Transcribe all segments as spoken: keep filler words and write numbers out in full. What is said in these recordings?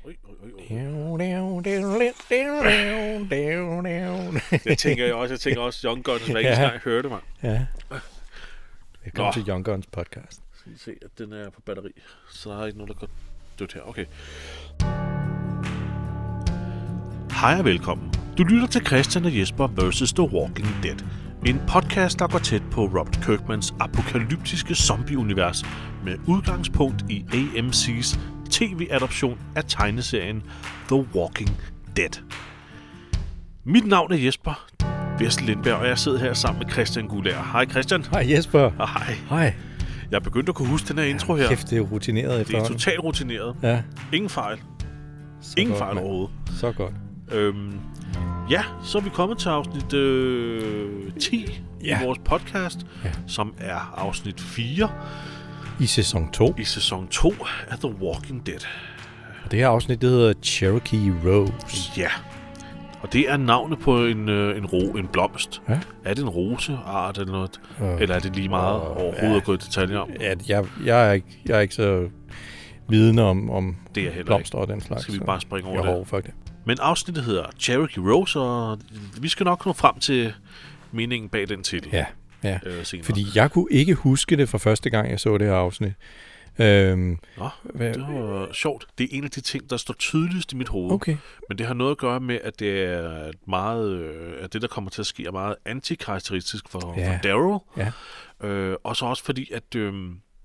Oj, oj, oj, oj. Det tænker jeg også. Jeg tænker også, Young Guns, hver eneste gang jeg hørte mig. Ja. Velkommen til Young Guns podcast. Skal vi se, at den er på batteri. Så der er ikke nogen, der går dødt her. Okay. Hej og velkommen. Du lytter til Christian og Jesper versus. The Walking Dead. En podcast, der går tæt på Robert Kirkmans apokalyptiske zombie-univers med udgangspunkt i A M C's tv-adoption af tegneserien The Walking Dead. Mit navn er Jesper Vest Lindberg, og jeg sidder her sammen med Christian Gulær. Hej Christian. Hej Jesper. Og hej. Hej. Jeg er begyndt at kunne huske den her intro her. Kæft, det er rutineret efterhånden. Det er totalt rutineret. Ja. Ingen fejl. Så Ingen godt, fejl man. overhovedet. Så godt. Øhm, ja, så er vi kommet til afsnit øh, ti Ja. i vores podcast, Ja. som er afsnit fire I sæson to. i sæson to af The Walking Dead. Og det her afsnit, det hedder Cherokee Rose. Ja, og det er navnet på en, øh, en, ro, en blomst. Ja. Er det en roseart eller noget? Øh, Eller er det lige meget øh, overhovedet ja. at gå i detaljer om? Ja, jeg, jeg, er ikke, jeg er ikke så vidende om, om Det er heller blomster og den slags. Skal vi så bare springe over jeg det? håber faktisk. Men afsnittet hedder Cherokee Rose, og vi skal nok nå frem til meningen bag den titel. Ja, ja. Øh, senere. Fordi jeg kunne ikke huske det fra første gang, jeg så det her afsnit. Øhm, Nå, hvad, det var sjovt. Det er en af de ting, der står tydeligst i mit hoved. okay. Men det har noget at gøre med, at det er et meget, øh, at det, der kommer til at ske, er meget antikarakteristisk for, Ja. for Daryl. Ja. Øh, og så også fordi, at øh,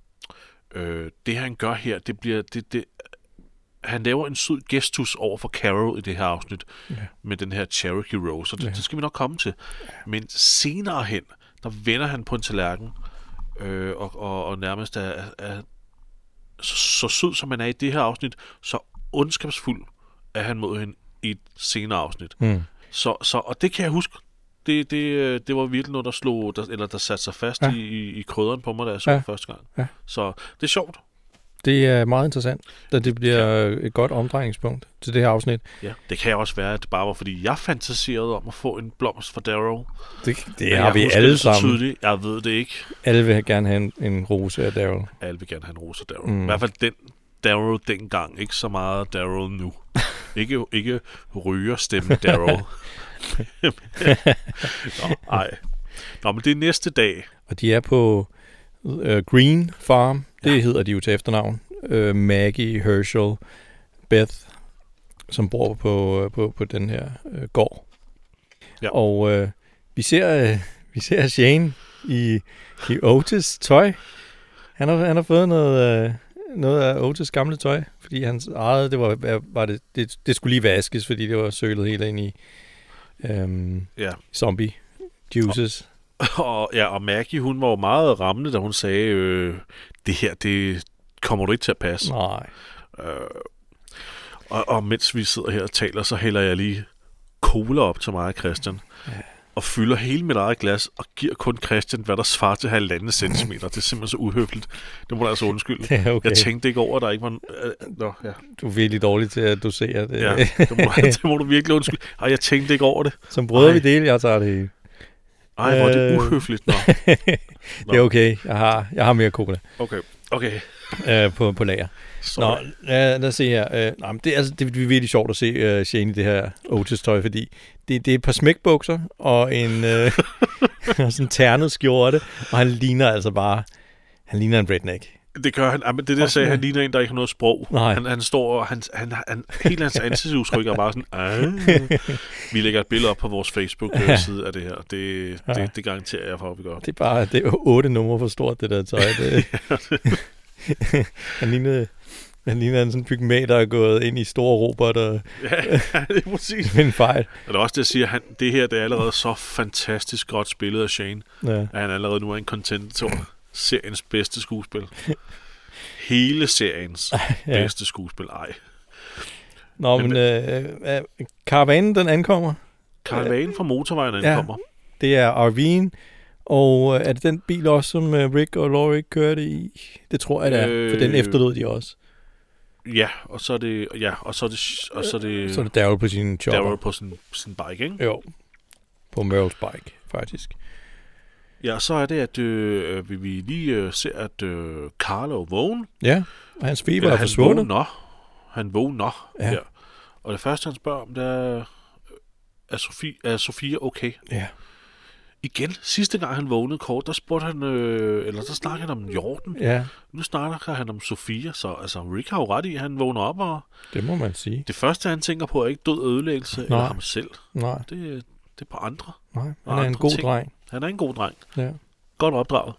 øh, det, han gør her, det bliver... Det, det, han laver en sød gestus over for Carol i det her afsnit, Ja. med den her Cherokee Rose, og det, Ja. det skal vi nok komme til. Men senere hen, der vender han på en tallerken, øh, og, og, og nærmest er, er så, så sød som han er i det her afsnit, så ondskabsfuld er han mod hende i et senere afsnit. Mm. Så, så, og det kan jeg huske. Det, det, det var virkelig noget, der slog, der, eller der satte sig fast Ja. i, i, i krydderen på mig, da jeg så Ja. det første gang. Ja. Så det er sjovt. Det er meget interessant, da det bliver et godt omdrejningspunkt til det her afsnit. Ja. Det kan også være, at det bare var, fordi jeg fantaserede om at få en blomst fra Daryl. Det, det Men har jeg vi husker alle det så sammen. tydeligt. Jeg ved det ikke. Alle vil gerne have en, en rose af Daryl. Alle vil gerne have en rose af Daryl. Mm. Mm. I hvert fald den Daryl dengang. Ikke så meget Daryl nu. ikke ikke rygerstemme Daryl. Nå, ej. Nå, men det er næste dag. Og de er på uh, Green Farm. Det Ja. hedder de jo til efternavn. Uh, Maggie, Herschel, Beth, som bor på, uh, på, på den her uh, gård. Ja. Og uh, vi ser uh, vi ser Shane i, i Otis tøj. Han har, han har fået noget, uh, noget af Otis gamle tøj, fordi hans eget, det var, var det, det, det skulle lige vaskes, fordi det var sølet helt ind i um, Ja. zombie juices. Og, ja, og Maggie, hun var jo meget rammende, da hun sagde, øh, det her, det kommer du ikke til at passe. Nej. Øh, og, og mens vi sidder her og taler, så hælder jeg lige cola op til mig og Christian. Ja. Og fylder hele mit eget glas, og giver kun Christian, hvad der svarer til halvanden centimeter. Det er simpelthen så uhøfligt. Det må du altså undskylde. Det er okay. Jeg tænkte ikke over, at der ikke var... Øh, nå, ja. Du er virkelig dårlig til at dosere det. ja det, må, det må du virkelig undskylde. Ej, jeg tænkte ikke over det. Som brødre Ej. vi dele, jeg tager det hele. Ej, hvor er det Øh. uhøfligt. Nå, Det er okay. Jeg har, jeg har mere cola okay. Okay. øh, på, på lager. Sorry. Nå, lad, lad os se her. Øh, nej, men det, er, altså, det er virkelig sjovt at se uh, Shane i det her Otis-tøj, fordi det, det er et par smækbukser og en øh, og sådan en ternet skjorte, og han ligner altså bare, han ligner en redneck. Det gør han. Jamen, det der sagde, han ligner en, der ikke har noget sprog. Nej. Han, han står og han, han, han, hele hans ansigtsudtryk er bare sådan, ah. Vi lægger et billede op på vores Facebook-side af det her. Det, Ja. det, det garanterer jeg for, at vi gør. Det er bare, det er otte numre for stort, det der tøj. Det, han ligner, han ligner en sådan pygmæ, der er gået ind i store robotter Ja, det er præcis. med en fejl. Og det er også det, jeg siger, han, det her det er allerede så fantastisk godt spillet af Shane, Ja. at han allerede nu er en contender seriens bedste skuespil. Hele seriens Ja. bedste skuespil. Ej. Nå, Men- men øh, øh, karavanen, den ankommer. Karavanen fra motorvejen Ja. ankommer. Det er R V'en. Og øh, er det den bil også, som øh, Rick og Laurie kørte i? Det tror jeg, det er. Øh, for den Øh, efterlod de også. Ja, og så er det, ja, og så er det, og så er det, Så er det Daryl på sin chopper. Daryl på sin, sin bike, ikke? Jo. På Meryl's bike, faktisk. Ja, så er det, at øh, vi, vi lige øh, ser, at øh, Carl er vågen. Ja, og hans feber Eller er han forsvundet. vågen, nå. Han vågner Ja. her. Og det første, han spørger om, det er, er Sofie, er Sofie okay? Ja. Igen, sidste gang han vågnede kort, der spurgte han, øh, eller der snakkede han om Jordan. Ja, Nu snakker han om Sofia, så altså, Rick har jo ret i, at han vågner op, og det må man sige. det første, han tænker på, er ikke død ødelæggelse eller ham selv. Nej, Det, det er på andre. nej. Han Og er en andre god ting. dreng. Han er en god dreng. Ja. Godt opdraget.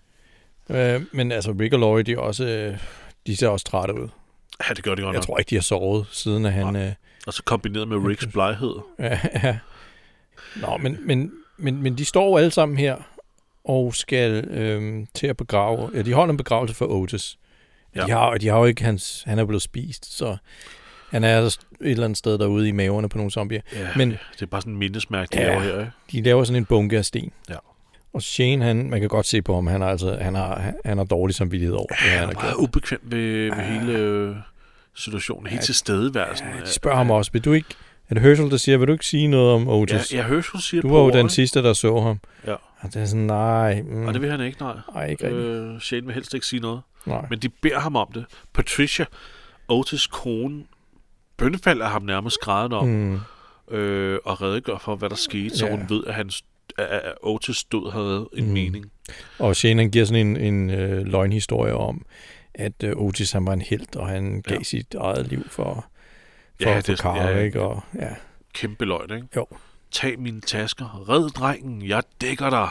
Øh, men altså, Rick og Laurie, de, er også, øh, de ser også trætte ud. Ja, det gør det godt Jeg nok. tror ikke, de har sovet, siden at han... Øh, Og så kombineret med Ricks bleghed. ja, ja. Nå, men, men, men, men de står jo alle sammen her og skal øh, til at begrave... Ja, de holder en begravelse for Otis. Ja. De, har, de har jo ikke hans... Han er blevet spist, så... Han er et eller andet sted derude i maverne på nogle zombier. Ja, Men- det, det er bare sådan en mindesmærke, de Ja. laver her, ikke? De laver sådan en bunke af sten. Ja. Og Shane, han, man kan godt se på ham, han har, altså, han har, han har dårlig samvittighed over det, Ja, han han har er meget gjort. ubekvem ved, ved Ja. hele øh, situationen. Helt Ja, tilstedeværelsen. Ja, de spørger ham også, vil du ikke... Er det Herschel, der siger, vil du ikke sige noget om Otis? Ja, jeg hører, du siger Du et var par jo ord, den ikke? sidste, der så ham. Ja. Og det er sådan, nej. Mm, Og det vil han ikke, nej. nej, ikke rigtigt. Øh, Shane vil helst ikke sige noget. Nej. Men de beder ham om det. Patricia, Otis' kone, bønnefalder ham nærmest grædende om, Mm, øh, og redegør for, hvad der skete, så Ja. hun ved, at, hans, at, at Otis død havde en Mm. mening. og Shane, han giver sådan en, en øh, løgnhistorie om, at øh, Otis, han var en helt, og han gav Ja. sit eget liv for, for, Ja, ja, det for er sådan- Carl, ja, ja. ikke? Og, ja. Kæmpe løgn, ikke? Jo. Tag mine tasker. Red drengen. Jeg dækker dig.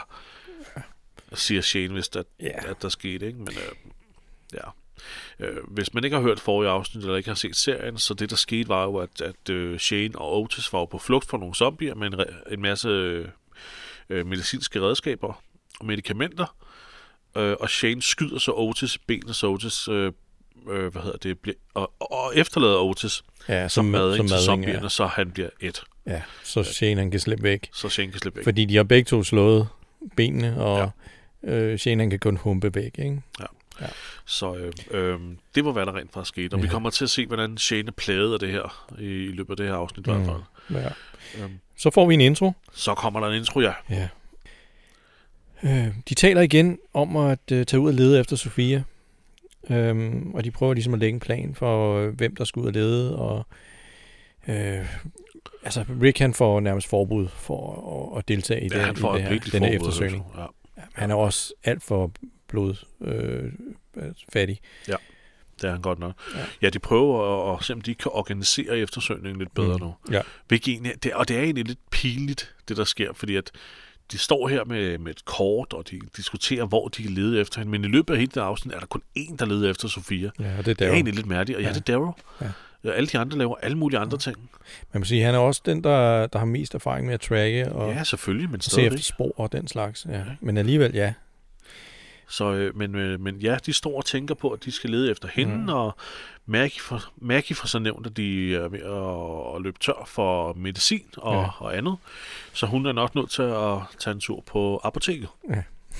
Siger Shane, hvis der, Ja. at der skete, ikke? Men øh, ja. Øh, hvis man ikke har hørt forrige afsnit, eller ikke har set serien, så det, der skete, var jo, at, at øh, Shane og Otis var jo på flugt fra nogle zombier med en, re- en masse øh, medicinske redskaber og medicamenter. Øh, og Shane skyder så Otis i benet, så Otis, øh, øh, hvad hedder det, bliver, og, og efterlader Otis Ja, som mad til mading, zombierne, ja. så han bliver et. Ja, så Shane, han kan slippe væk. Så Shane kan slippe væk. Fordi de har begge to slået benene, og ja. øh, Shane, han kan kun humpe væk, ikke? Så øh, øh, det var, hvad der rent faktisk skete. Og ja. vi Ja. kommer til at se, hvordan Shane er plaget af det her, i, i løbet af det her afsnit i hvert fald. Ja. Øhm, Så får vi en intro. så kommer der en intro, ja. Ja. Øh, de taler igen om at øh, tage ud og lede efter Sofia. Øhm, og de prøver ligesom at lægge en plan for, øh, hvem der skal ud og lede. Og, øh, altså, Rick, han får nærmest forbud for at, at deltage i, Ja, det, han får i det et her, virkelig denne forbud, eftersøgning. Ja. Ja, han er også alt for blod øh, fattig. Det er han godt nok. Ja, Ja. ja de prøver at, at se, om de kan organisere eftersøgningen lidt bedre mm. nu. Ja. Hvilket egentlig, det, og det er egentlig lidt pinligt, det der sker, fordi at de står her med, med et kort, og de diskuterer, hvor de kan lede efter hende. Men i løbet af hele det afsnit er der kun én, der leder efter Sofia. Ja, og det er Det er Daryl. egentlig lidt mærkeligt. Og ja, Ja. det er Daryl. Ja. Ja, alle de andre laver alle mulige andre ting. Man må sige, han er også den, der, der har mest erfaring med at tracke og Ja, selvfølgelig, men se stadigvæk. efter spor og den slags. Ja. Men alligevel, ja. Så, øh, men, øh, men ja, de står og tænker på, at de skal lede efter hende, Mm. og Maggie får, Maggie får så nævnt, at de er ved at, at løbe tør for medicin og, Ja. ja. og andet. Så hun er nok nødt til at tage en tur på apoteket. Ja.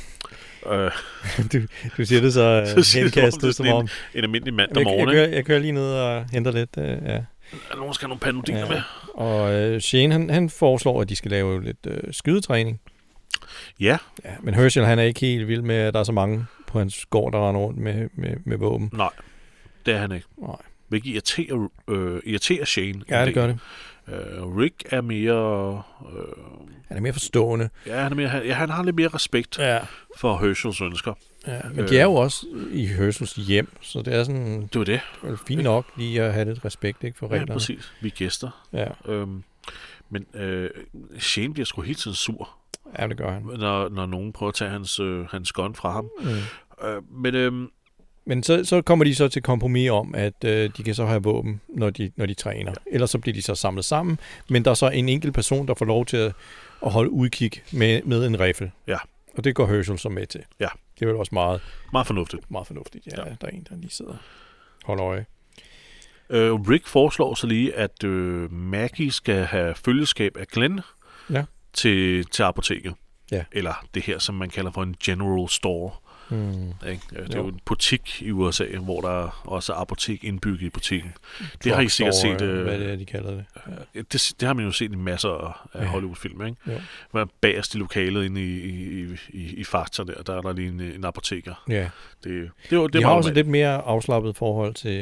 Øh, du, du siger det så Så siger uh, det, henkastet, som som om om... en almindelig mandag Jeg, jeg, morgen. kører, ikke? jeg kører lige ned og henter lidt, uh, ja. Er der nogen, der skal have nogle panodiner Ja. med? Og uh, Shane, han, han foreslår, at de skal lave lidt uh, skydetræning. Ja, Ja, men Herschel, han er ikke helt vild med, at der er så mange på hans gård, der render rundt med, med, med våben. nej, det er han ikke. Nej. Hvilket irriterer, øh, irriterer Shane. Ja, en det gør del. det. Øh, Rick er mere... Øh, Han er mere forstående. ja, han, er mere, ja, han har lidt mere respekt Ja. for Herschels ønsker. Ja, men de er jo også i Herschels hjem, så det er sådan Det var det. det er fint nok lige at have lidt respekt, ikke, for Ja, reglerne. præcis. Vi er gæster. Ja, Øhm, men øh, Shane bliver sgu hele tiden sur, ja, det gør han. når, når nogen prøver at tage hans, øh, hans gun fra ham. Mm. Øh, men øh, Men så, så kommer de så til kompromis om, at øh, de kan så have våben, når de, når de træner. Ja. Ellers så bliver de så samlet sammen. Men der er så en enkelt person, der får lov til at, at holde udkig med, med en riffel. Ja. Og det går Herschel så med til. Ja. Det er vel også meget, meget fornuftigt. meget fornuftigt. Ja, Ja. ja, der er en, der lige sidder og holder øje. Øh, Rick foreslår så lige, at øh, Maggie skal have følgeskab af Glenn Ja. til, til apoteket. Ja. Eller det her, som man kalder for en general store. Hmm. Ikke? Det er Jo. jo en butik i U S A, hvor der også er apotek indbygget i butikken. Det har I sikkert Drugstore, set. Øh, Hvad det er, de kalder det. Ja. det, det har man jo set i masser af Ja. Hollywood-film, ikke? Jo. Hvor bagerst i lokalet inde i, i, i, i Fakta der, der er der lige en, en apoteker. Ja. Det, det, er jo- det De er har meget også et normalt. lidt mere afslappet forhold til,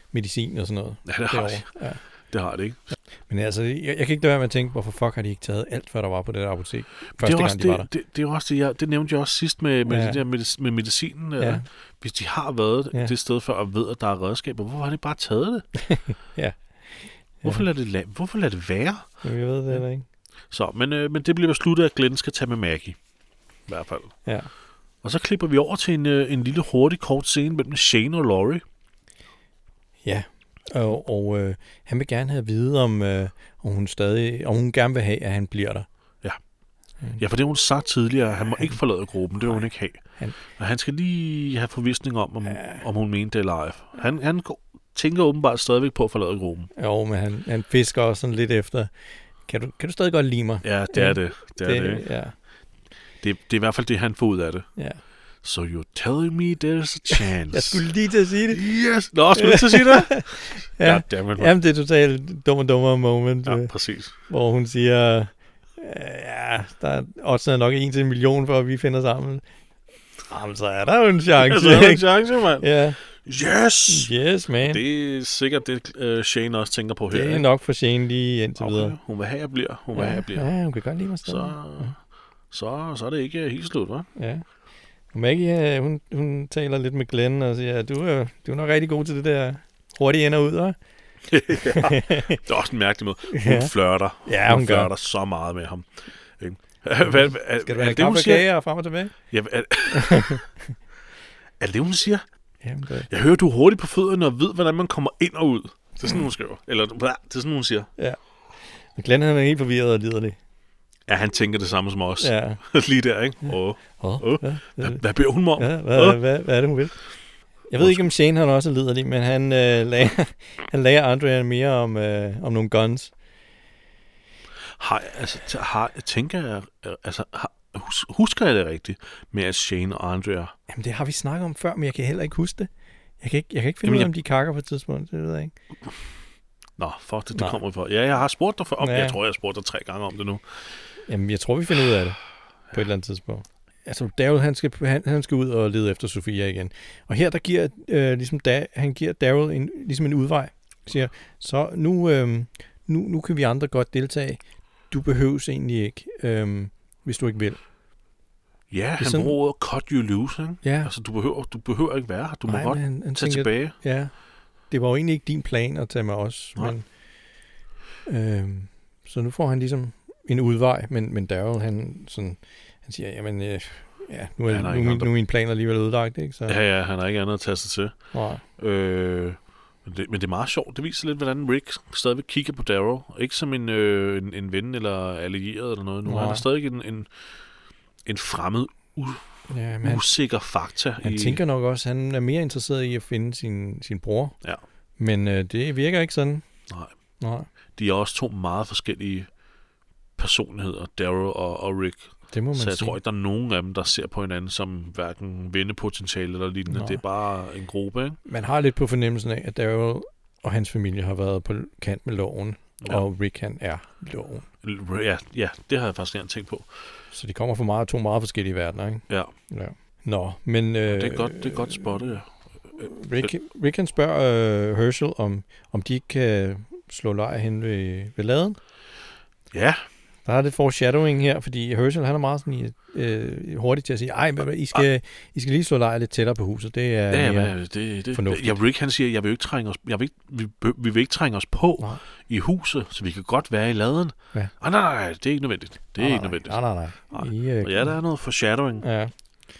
medicin og sådan noget. Ja, det har de. Ja. Det har det ikke. Men altså, jeg, jeg kan ikke lade være med at tænke, hvorfor fuck har de ikke taget alt, hvad der var på det der apotek, første det gang de det, var der. Det, det er også det, jeg, det nævnte jeg også sidst med, med, ja. det der med, med medicinen. Ja. Hvis de har været ja. det sted før og ved, at der er redskaber, hvorfor har de bare taget det? ja. Hvorfor lader det, hvorfor lader det være? Jamen, jeg ved det heller ikke. Så, men, øh, men det bliver besluttet, at Glenn skal tage med Maggie. I hvert fald. Ja. Og så klipper vi over til en, øh, en lille hurtig, kort scene mellem Shane og Laurie. Ja. Og, og øh, han vil gerne have at vide, om, øh, om hun stadig, om hun gerne vil have, at han bliver der. Ja. Ja, for det har hun sagt tidligere, han må han, ikke forlade gruppen, det vil hun ikke have. Han, og han skal lige have forvisning om, om, ja. om hun mente det eller ej. Han, han tænker åbenbart stadigvæk på at forlade gruppen. Jo, men han, han fisker også sådan lidt efter, kan du, kan du stadig godt lide mig? Ja, det er det. Det er, det, det. Ja. det, det er i hvert fald det, han får ud af det. Ja. So you're telling me there's a chance. Jeg skulle lige til at sige det. Yes! Nå, skulle du til at sige det? ja, ja jamen, det er totalt dum og dummere moment. Ja, præcis. Hvor hun siger, ja, der er også nok en til en million, for at vi finder sammen. Jamen, så er der jo en chance. Ja, så er der en chance, mand. Ja. Yes! Yes, man. Det er sikkert det, uh, Shane også tænker på her. Det er nok for Shane lige indtil okay. videre. Hun vil have, jeg bliver. Hun vil ja, have, jeg bliver. Ja, hun kan godt lide mig stadig. Så, så, så er det ikke helt slut, hva'? Ja. Og Maggie, hun, hun taler lidt med Glenn og siger, du er, du er nok rigtig god til det der hurtigt ind og ud, hva'? ja, det er også en mærkelig måde. Hun ja. flørter. Ja, hun, hun flørter så meget med ham. Hvad, hvad, er, Skal du have kaffe og kage og frem og tilbage? Ja, er, er det det, hun siger? Jamen, det. Jeg hører, du er hurtigt på fødderne og ved, hvordan man kommer ind og ud. Det er sådan, hun skriver. Eller det er sådan, hun siger. Ja. Men Glenn, han er helt forvirret og liderlig. Ja, han tænker det samme som os. Ja. Lige der, ikke? Ja. Åh, oh, oh. ja, hvad, hvad beder hun mig om? Ja, hvad, oh. hvad, hvad er det, hun vil? Jeg ved ikke, om Shane han også er liderlig, men han, øh, lærer, han lærer Andrea mere om, øh, om nogle guns. Har, altså, har, tænker jeg, altså, har, hus, husker jeg det rigtigt med, at Shane og Andrea... Jamen, det har vi snakket om før, men jeg kan heller ikke huske det. Jeg kan ikke, jeg kan ikke finde ud af, om de kakker på et tidspunkt, det ved jeg ikke. Nå, fuck det, det kommer for. Ja, jeg har spurgt dig for. Oh, ja. Jeg tror, jeg har spurgt dig tre gange om det nu. Jamen, jeg tror, vi finder ud af det på et eller andet tidspunkt. Altså, Daryl, han skal, han, han skal ud og lede efter Sofia igen. Og her, der giver, øh, ligesom da, han giver Daryl en, ligesom en udvej. Siger, så nu, øh, nu, nu kan vi andre godt deltage. Du behøves egentlig ikke, øh, hvis du ikke vil. Ja, han sådan, bruger cut you loose, ikke? Ja. Altså, du behøver, du behøver ikke være her. Du Nej, må godt han, han tage tænker, tilbage. Ja, det var jo egentlig ikke din plan at tage med os. Nej. Men, øh, så nu får han ligesom en udvej, men, men Daryl, han, sådan, han siger, jamen, øh, ja, nu er, ja, nu, min, nu er min plan alligevel ødelagt, ikke? Så, ja, ja, han har ikke andet at tage sig til. Nej. Øh, men, det, men det er meget sjovt. Det viser lidt, hvordan Rick stadigvæk kigger på Daryl. Ikke som en, øh, en, en ven eller allieret eller noget. Nu Nej. Han er stadig en, en, en fremmed, u- ja, men usikker fakta. Han i... tænker nok også, han er mere interesseret i at finde sin, sin bror. Ja. Men øh, det virker ikke sådan. Nej. Nej. De er også to meget forskellige personligheder, Daryl og, og Rick. Det må man Så jeg sige. tror ikke, der er nogen af dem, der ser på hinanden som hverken vennepotentiale eller lignende. Nej. Det er bare en gruppe, ikke? Man har lidt på fornemmelsen af, at Daryl og hans familie har været på kant med loven, ja. Og Rick, han er loven. Ja, ja, det har jeg faktisk gerne tænkt på. Så de kommer fra meget, to meget forskellige verdener, ikke? Ja. Ja. Nå, men... Øh, det er godt, det er godt spottet, ja. Rick, Rick han spørger øh, Herschel, om, om de ikke kan slå lejr hen ved, ved laden. Ja. Der er lidt foreshadowing her, fordi Herschel, han er meget sådan, øh, hurtigt til at sige, ej, men I skal, I skal lige slå lejr lidt tættere på huset. Det er ja, ja, det, det, fornuftigt. Ja, Rick, han siger, jeg vil ikke trænge os, jeg vil ikke, vi, vi vil ikke trænge os på nej. I huset, så vi kan godt være i laden. Ja. Ah, nej, nej, det er ikke nødvendigt. Det er nej, ikke nødvendigt. Nej, nej, nej. nej. I, uh, ja, der er noget foreshadowing. Ja.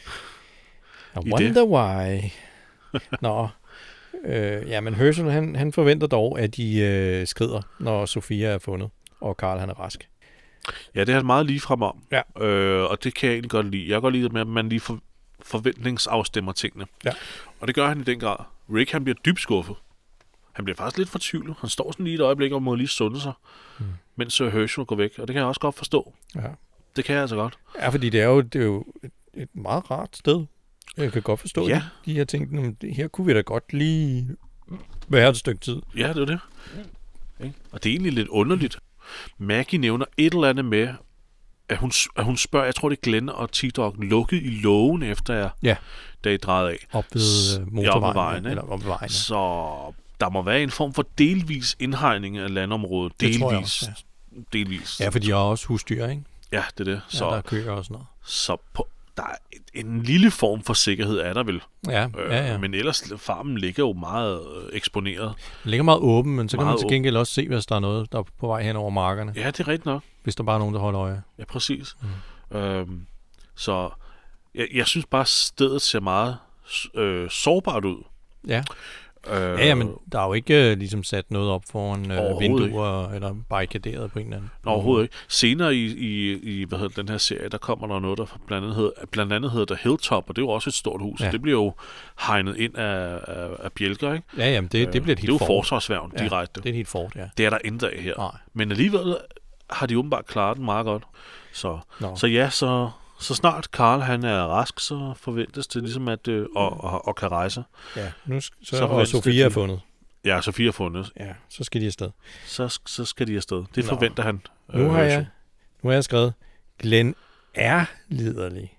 I wonder det. Why. Nå. Øh, ja, men Herschel, han, han forventer dog, at de øh, skrider, når Sofia er fundet, og Carl, han er rask. Ja, det er han meget lige frem om. Ja. Øh, og det kan jeg egentlig godt lide. Jeg kan godt lide det med, at man lige for, forventningsafstemmer tingene. Ja. Og det gør han i den grad. Rick, han bliver dybt skuffet. Han bliver faktisk lidt fortvivlet. Han står sådan lige et øjeblik og må lige sunde sig, hmm. mens Herschel går væk. Og det kan jeg også godt forstå. Ja. Det kan jeg altså godt. Ja, fordi det er jo, det er jo et, et meget rart sted. Jeg kan godt forstå, ja. de, de her ting. Her kunne vi da godt lige være et stykke tid. Ja, det er det. Ja. Og det er egentlig lidt underligt. Maggie nævner et eller andet med, at hun, at hun spørger, jeg tror det er Glenn og T-Dog, lukket i lågen efter jeg, ja. da I drejede af. Op ved uh, motorvejen. Ja, op ved vejen, eller op ved vejen. Ja. Så der må være en form for delvis indhegning af landområdet. Det delvis. tror jeg også, ja. Delvis. Ja, for de har også husdyr, ikke? Ja, det er det. Så, ja, der er køer og sådan noget. Så på, der er en lille form for sikkerhed, er der vel. Ja, øh, ja, ja. Men ellers, farmen ligger jo meget øh, eksponeret. Den ligger meget åben, men så kan meget man til gengæld også se, hvis der er noget, der er på vej hen over markerne. Ja, det er rigtigt nok. Hvis der bare er nogen, der holder øje. Ja, præcis. Mm. Øhm, så jeg, jeg synes bare, stedet ser meget øh, sårbart ud. Ja. Øh, ja, ja, men der er jo ikke uh, ligesom sat noget op foran uh, vinduer, ikke. Eller barrikaderet på en eller anden. Nå, overhovedet ikke. Senere i, i, i hvad hedder den her serie, der kommer der noget, der blandt andet hedder, blandt andet hedder der Hilltop, og det er jo også et stort hus. Ja. Det bliver jo hegnet ind af, af, af bjælker, ikke? Ja, jamen det, det bliver et helt Det er jo fort. forsvarsværn ja, direkte. det er et helt fort, ja. Det er der intet af her. Nej. Men alligevel har de åbenbart klaret den meget godt. Så, så ja, så... Så snart Carl han er rask, så forventes det ligesom at øh, og, og, og kan rejse. Ja, nu så, så og Sofia er fundet. Ja, Sofia er fundet. Ja, så skal de afsted. Så, så skal de afsted. Det Nå. forventer han. Nu øh, har jeg nu har jeg skrevet Glenn er liderlig.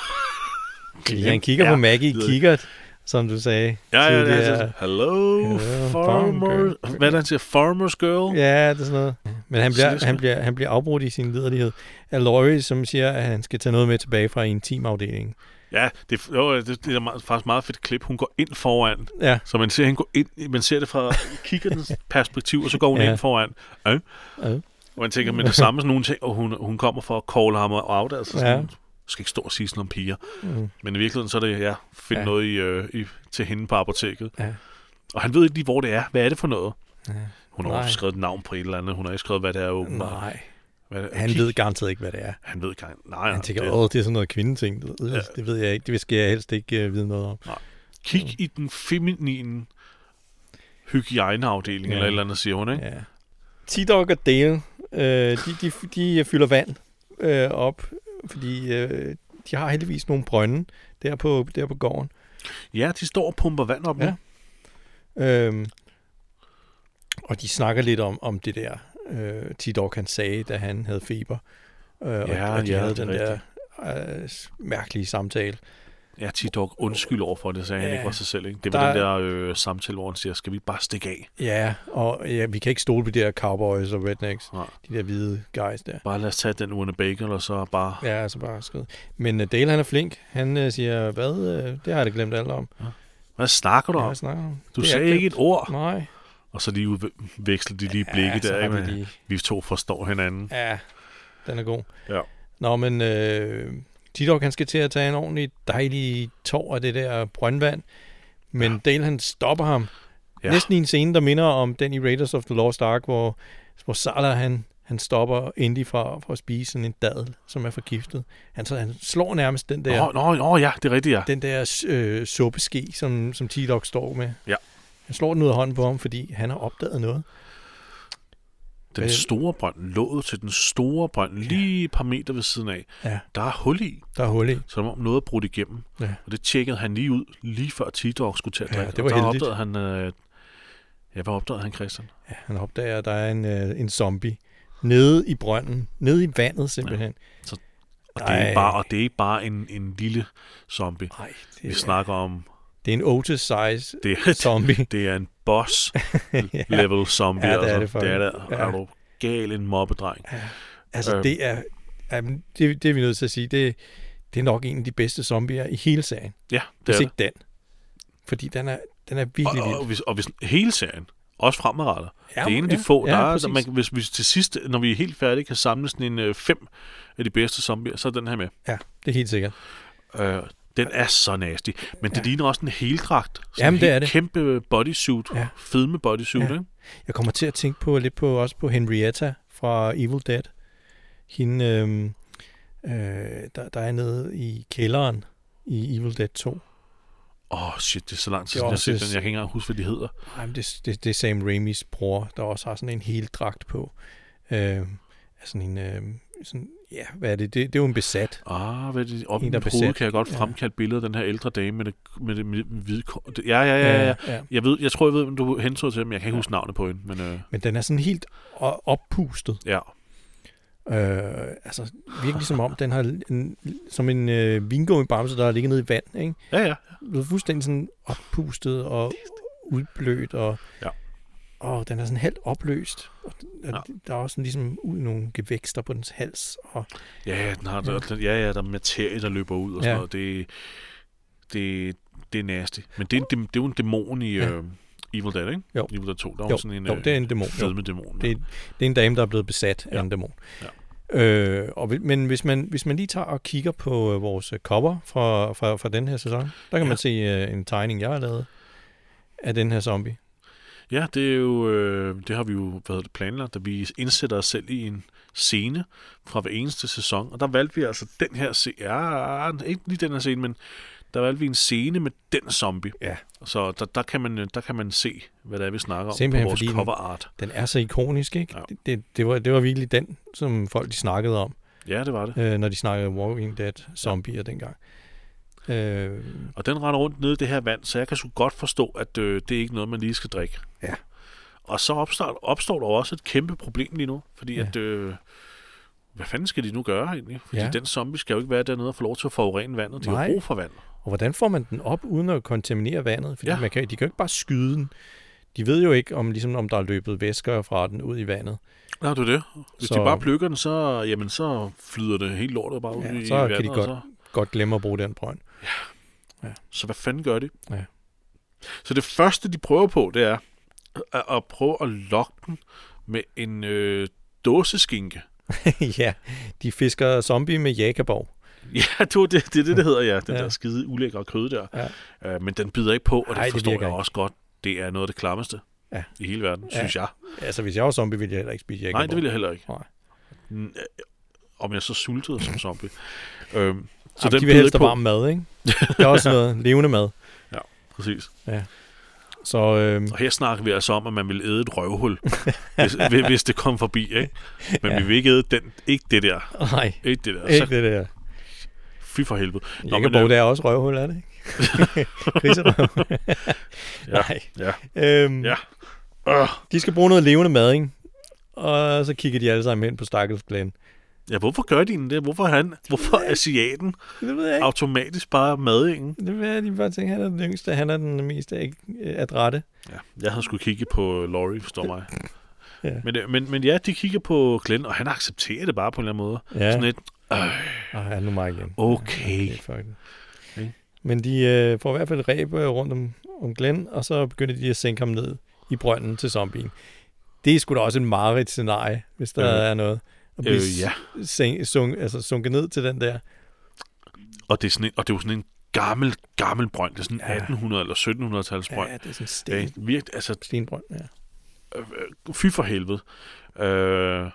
Glenn han kigger på Maggie i kikkert, som du sagde. Ja, ja, det er ja, hello, hello farmer. Hvad er det, han siger? Farmer's girl? Ja, det er sådan noget. Men han bliver, han bliver, han bliver afbrudt i sin liderlighed af Laurie, som siger, at han skal tage noget med tilbage fra en teamafdeling. Ja, det, jo, det, det er meget, faktisk meget fedt klip. Hun går ind foran. Ja. Så man ser, han går ind, man ser det fra kikkertens perspektiv, og så går hun ja. ind foran. Ja. Ja. Og man tænker, men det samme som nogle ting, og hun, hun kommer for at call ham out, altså sådan, ja. skal ikke stå og sige sådan om piger. Mm. Men i virkeligheden, så er det, ja, find ja. noget i, øh, i, til hende på apoteket. Ja. Og han ved ikke lige, hvor det er. Hvad er det for noget? Ja. Hun har også skrevet et navn på et eller andet. Hun har ikke skrevet, hvad det er åbenbart. Nej. Hvad, han kig. ved garanteret ikke, hvad det er. Han ved garanteret. Nej, han tænker, åh, det er sådan noget kvindeting. Det, ja. det ved jeg ikke. Det skal jeg helst ikke uh, vide noget om. Nej. Kig mm. i den feminine hygiejneafdeling, ja. eller et eller andet, siger hun, ikke? Ja. T-Dog og Dale, øh, de, de, de fylder vand øh, op, fordi øh, de har heldigvis nogle brønde der på, der på gården. Ja, de står og pumper vand op nu. Ja. Øhm, og de snakker lidt om, om det der, øh, T-Dog han sagde, da han havde feber. Øh, ja, og, og de ja, havde den rigtigt. der øh, mærkelige samtale. Ja, T-Dog undskyld over for det, sagde ja, han ikke for sig selv. Ikke? Det var der, den der øh, samtale, hvor han siger, skal vi bare stikke af? Ja, og ja, vi kan ikke stole på de der cowboys og rednecks. Nej. De der hvide guys der. Bare lad os tage den Winnie Bacon, og så bare... Ja, altså bare skride. Men uh, Dale, han er flink. Han uh, siger, hvad? Uh, det har jeg da glemt alt om. Ja. Hvad snakker du om? Ja, hvad snakker du om? Du sagde ikke et ord. Nej. Og så lige udveksler de lige ja, blikket der, ikke? Lige... Vi to forstår hinanden. Ja, den er god. Ja. Nå, men... Øh, T-Dog, han skal til at tage en ordentlig dejlig tår af det der brøndvand, men ja. Dale, han stopper ham. Ja. Næsten i en scene, der minder om den i Raiders of the Lost Ark, hvor, hvor Salah, han, han stopper Indy fra, fra at spise sådan en dadel, som er forgiftet. Han, så, han slår nærmest den der... Nå, nå, nå ja, det er rigtigt, ja. Den der øh, suppeske, som, som T-Dog står med. Ja. Han slår den ud af hånden på ham, fordi han har opdaget noget. Den store brønd, låget til den store brønd, ja. lige et par meter ved siden af, ja. der er hul i. Der er hul i. Så der var noget brudt igennem. Ja. Og det tjekkede han lige ud, lige før T-Dog skulle til at drikke. Ja, det var og der heldigt. opdagede han, øh, ja, hvad opdagede han, Christian? Ja, han opdager, at der er en, øh, en zombie nede i brønden, nede i vandet simpelthen. Ja. Så, og, det er ikke bare, og det er ikke bare en, en lille zombie. Ej, det, Vi snakker om... Det er en Otis-size det er, zombie. Det er en boss-level ja. zombie. Ja, det er altså. det for det er der. Ja. Er du gal en mobbedreng? Ja. Altså, øhm. det er... Jamen, det, det er vi nødt til at sige. Det, det er nok en af de bedste zombier i hele serien. Ja, det hvis er ikke det. den. Fordi den er, den er virkelig og, vild. Og, og, hvis, og hvis hele serien, også fremadrettet, ja, det er en af ja, de få, ja, der er, der man, hvis vi til sidst, når vi er helt færdige, kan samle sådan en øh, fem af de bedste zombier, så er den her med. Ja, det er helt sikkert. Øh, Den er så nasty. Men det ja. ligner også en heldragt. Sådan Jamen, det er det. Kæmpe bodysuit. Ja. Fedme bodysuit, ja. ikke? Jeg kommer til at tænke på lidt på også på Henrietta fra Evil Dead. Hende, øhm, øh, der, der er nede i kælderen i Evil Dead to. Åh, oh, shit, det er så lang tid, jeg har set den. Jeg kan ikke engang huske, hvad de hedder. Nej, men det, det, det er Sam Raimis bror, der også har sådan en heldragt på. Øh, sådan en... Øh, sådan, ja, hvad er det? Det, det er jo en besat. Ah, hvad er det? Op i mit hoved kan jeg godt fremkalde ja. billedet af den her ældre dame med det, med det, med det hvide kår. Ja, ja, ja, ja. ja. Jeg, ved, jeg tror, jeg ved, om du hensøger til dem. Jeg kan ikke huske navnet på hende. Men, øh... men den er sådan helt oppustet. Ja. Øh, altså, virkelig som om, den har en, som en øh, vingummibamse, der har ligget nede i vand, ikke? Ja, ja. Det er fuldstændig sådan oppustet og udblødt, og, ja. og den er sådan helt opløst. Og, og ja. Der er også sådan ligesom ud nogle gevækster på dens hals. Og, ja, den har, ja. Der, ja, ja, der er materie, der løber ud og sådan ja. noget. Det, det, det er nasty. Men det er, en, det er jo en dæmon i ja. uh, Evil Dead, ikke? Jo. Evil Dead to. Der er jo, sådan en, jo, det er en dæmon. fedme-dæmon. Det, det er en dame, der er blevet besat ja. af en dæmon. Ja. Øh, og, men hvis man, hvis man lige tager og kigger på øh, vores cover fra, fra, fra den her sæson, der kan ja. man se øh, en tegning, jeg har lavet af den her zombie. Ja, det er jo øh, det har vi jo hvad det, planlagt, at vi indsætter os selv i en scene fra hver eneste sæson, og der valgte vi altså den her scene, ja, ikke lige den her scene, men der valgte vi en scene med den zombie. Ja. Så der, der, kan man, der kan man se, hvad det er, vi snakker om simpelthen på vores cover art. Den, den er så ikonisk, ikke? Ja. Det, det, det, var, det var virkelig den, som folk de snakkede om. Ja, det var det. Øh, når de snakkede Walking Dead zombier ja. dengang. Øh, og den render rundt nede i det her vand, så jeg kan sgu godt forstå, at øh, det er ikke noget, man lige skal drikke. Ja. Og så opstår, opstår der også et kæmpe problem lige nu, fordi ja. at... Øh, hvad fanden skal de nu gøre egentlig? Fordi ja. den zombie skal jo ikke være dernede og få lov til at forurene vandet. De har brug for vand. Og hvordan får man den op, uden at kontaminere vandet? Fordi ja. man kan, de kan jo ikke bare skyde den. De ved jo ikke, om, ligesom, om der er løbet væsker fra den ud i vandet. Ja, det er det. Hvis så, de bare plukker den, så, jamen, så flyder det helt lortet bare ud ja, i, så i vandet. Så kan de godt, så... godt glemme at bruge den brønd. Ja. ja. Så hvad fanden gør de? Ja. Så det første, de prøver på, det er at, at prøve at lokke den med en øh, dåseskinke. ja, de fisker zombie med jakaborg. Ja, det er det, det, det, det hedder, ja. Den ja. der skide ulækre kød der. Ja. Uh, men den bider ikke på, og det Ej, forstår det jeg ikke. også godt. Det er noget af det klammeste ja. i hele verden, ja. synes jeg. Altså, hvis jeg var zombie, ville jeg heller ikke spise jakaborg. Nej, det ville jeg heller ikke. Nej. Om jeg så sultede som zombie. øhm, så Jamen, den de vil helst have varm mad, ikke? Det er også noget levende mad. Ja, præcis. Ja. Så, øhm... Og her snakker vi altså om, at man vil æde et røvhul, hvis, hvis det kom forbi, ikke? Men ja. vi vil ikke æde den, ikke det der. Nej, ikke det der. Ikke så... det der. Fy for helvede. Nå, jeg kan bruge, øh... det er også røvhul, er det ikke? Griserøvhul. ja. Nej. Ja. Øhm, ja. Uh. De skal bruge noget levende mad, ikke? Og så kigger de alle sammen ind på stakkels Glenn. Ja, hvorfor gør de det? Hvorfor er han, hvorfor er asiaten automatisk bare madingen? Det ved jeg, de bare tænker, han er den yngste, han er den mest adrette. Ja, jeg havde skulle kigge på Laurie, forstår mig. ja. men, men, men ja, de kigger på Glenn, og han accepterer det bare på en eller anden måde. Ja. Sådan et, øh. Ah, ja, nu mig igen. Okay. Ja, okay, okay. Men de øh, får i hvert fald ræb rundt om, om Glenn, og så begynder de at sænke ham ned i brønden til zombien. Det er sgu da også en mareridt scenarie, hvis der øh. er noget. At blive øh, ja. sænk, sunk, altså sunket ned til den der. Og det er, sådan en, og det er jo sådan en gammel, gammel brønd. Det er sådan en ja. attenhundrede- eller syttenhundrede-tals brønd. Ja, det er sådan en sten. Øh, virkt, altså, stenbrønd, ja. Øh, fy for helvede. Øh,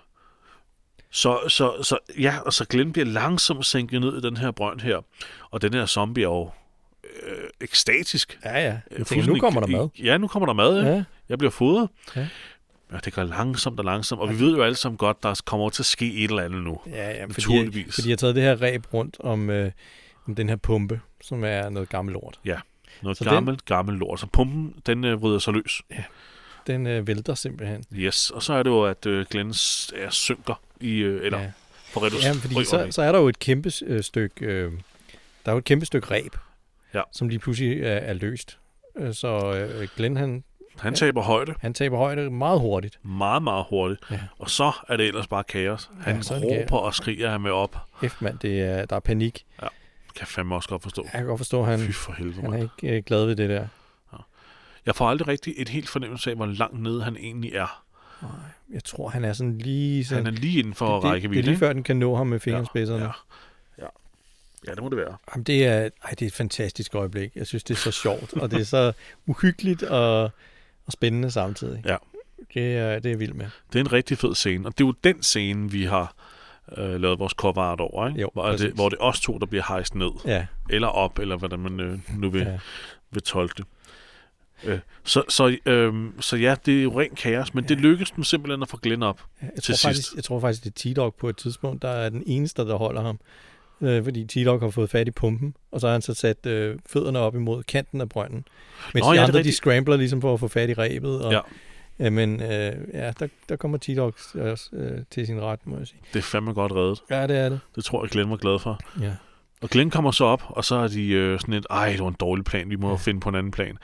så, så, så, ja, og så Glenn bliver langsomt sænket ned i den her brønd her. Og den her zombie er jo øh, ekstatisk. Ja, ja. Jeg tænker, nu kommer der mad. Ja, nu kommer der mad, ja. ja. Jeg bliver fodret. Ja. Ja, det går langsomt og langsomt, og vi ved jo alle sammen godt, der kommer til at ske et eller andet nu. Ja, ja, fordi, fordi jeg har taget det her ræb rundt om, øh, om den her pumpe, som er noget gammelt lort. Ja, noget så gammelt, den, gammelt lort. Så pumpen, den øh, vrider sig løs. Ja, den øh, vælter simpelthen. Yes, og så er det jo, at øh, Glenn er synker i, øh, eller ja. på reducering. Ja, fordi så, så er der jo et kæmpe øh, stykke, øh, der er jo et kæmpe stykke ræb, ja. som lige pludselig er, er løst. Så øh, Glenn, han Han taber højde. Han taber højde meget hurtigt. Meget, meget hurtigt. Ja. Og så er det ellers bare kaos. Han ja, råber og skriger ham med op. Hæft mand, det er, der er panik. Ja, kan jeg fandme også godt forstå. Jeg kan godt forstå, at han, Fy for helvede, han er ikke øh, glad ved det der. Ja. Jeg får aldrig rigtig et helt fornemmelse af, hvor langt nede han egentlig er. Nej, jeg tror, han er sådan lige... Sådan, han er lige inden for rækkevidde. Det er lige før, den kan nå ham med fingerspidserne. Ja, ja. ja. Ja, det må det være. Jamen, det er, ej, det er et fantastisk øjeblik. Jeg synes, det er så sjovt, og det er så uhyggeligt og, og spændende samtidig. Ja. Det er, det er vildt med. Det er en rigtig fed scene, og det er jo den scene, vi har øh, lavet vores cover art over, ikke? Jo, hvor, det, hvor det er os to, der bliver hejst ned. Ja. Eller op, eller hvordan man øh, nu vil, ja. vil tolke det. Øh, så, så, øh, så ja, det er jo ren kaos, men ja. det lykkedes dem simpelthen at få Glenn op ja, jeg til tror sidst. Faktisk, jeg tror faktisk, det er T-Dog på et tidspunkt, der er den eneste, der holder ham. Øh, fordi T-Dog har fået fat i pumpen, og så har han så sat øh, fødderne op imod kanten af brønden. Mens Nå, de ja, andre, de scrambler ligesom for at få fat i rebet. Og, ja. øh, men øh, ja, der, der kommer T-Dog også øh, til sin ret, må jeg sige. Det er fandme godt reddet. Ja, det er det. Det tror jeg, Glenn var glad for. Ja. Og Glenn kommer så op, og så er de øh, sådan et, ej, det var en dårlig plan, vi må ja. finde på en anden plan.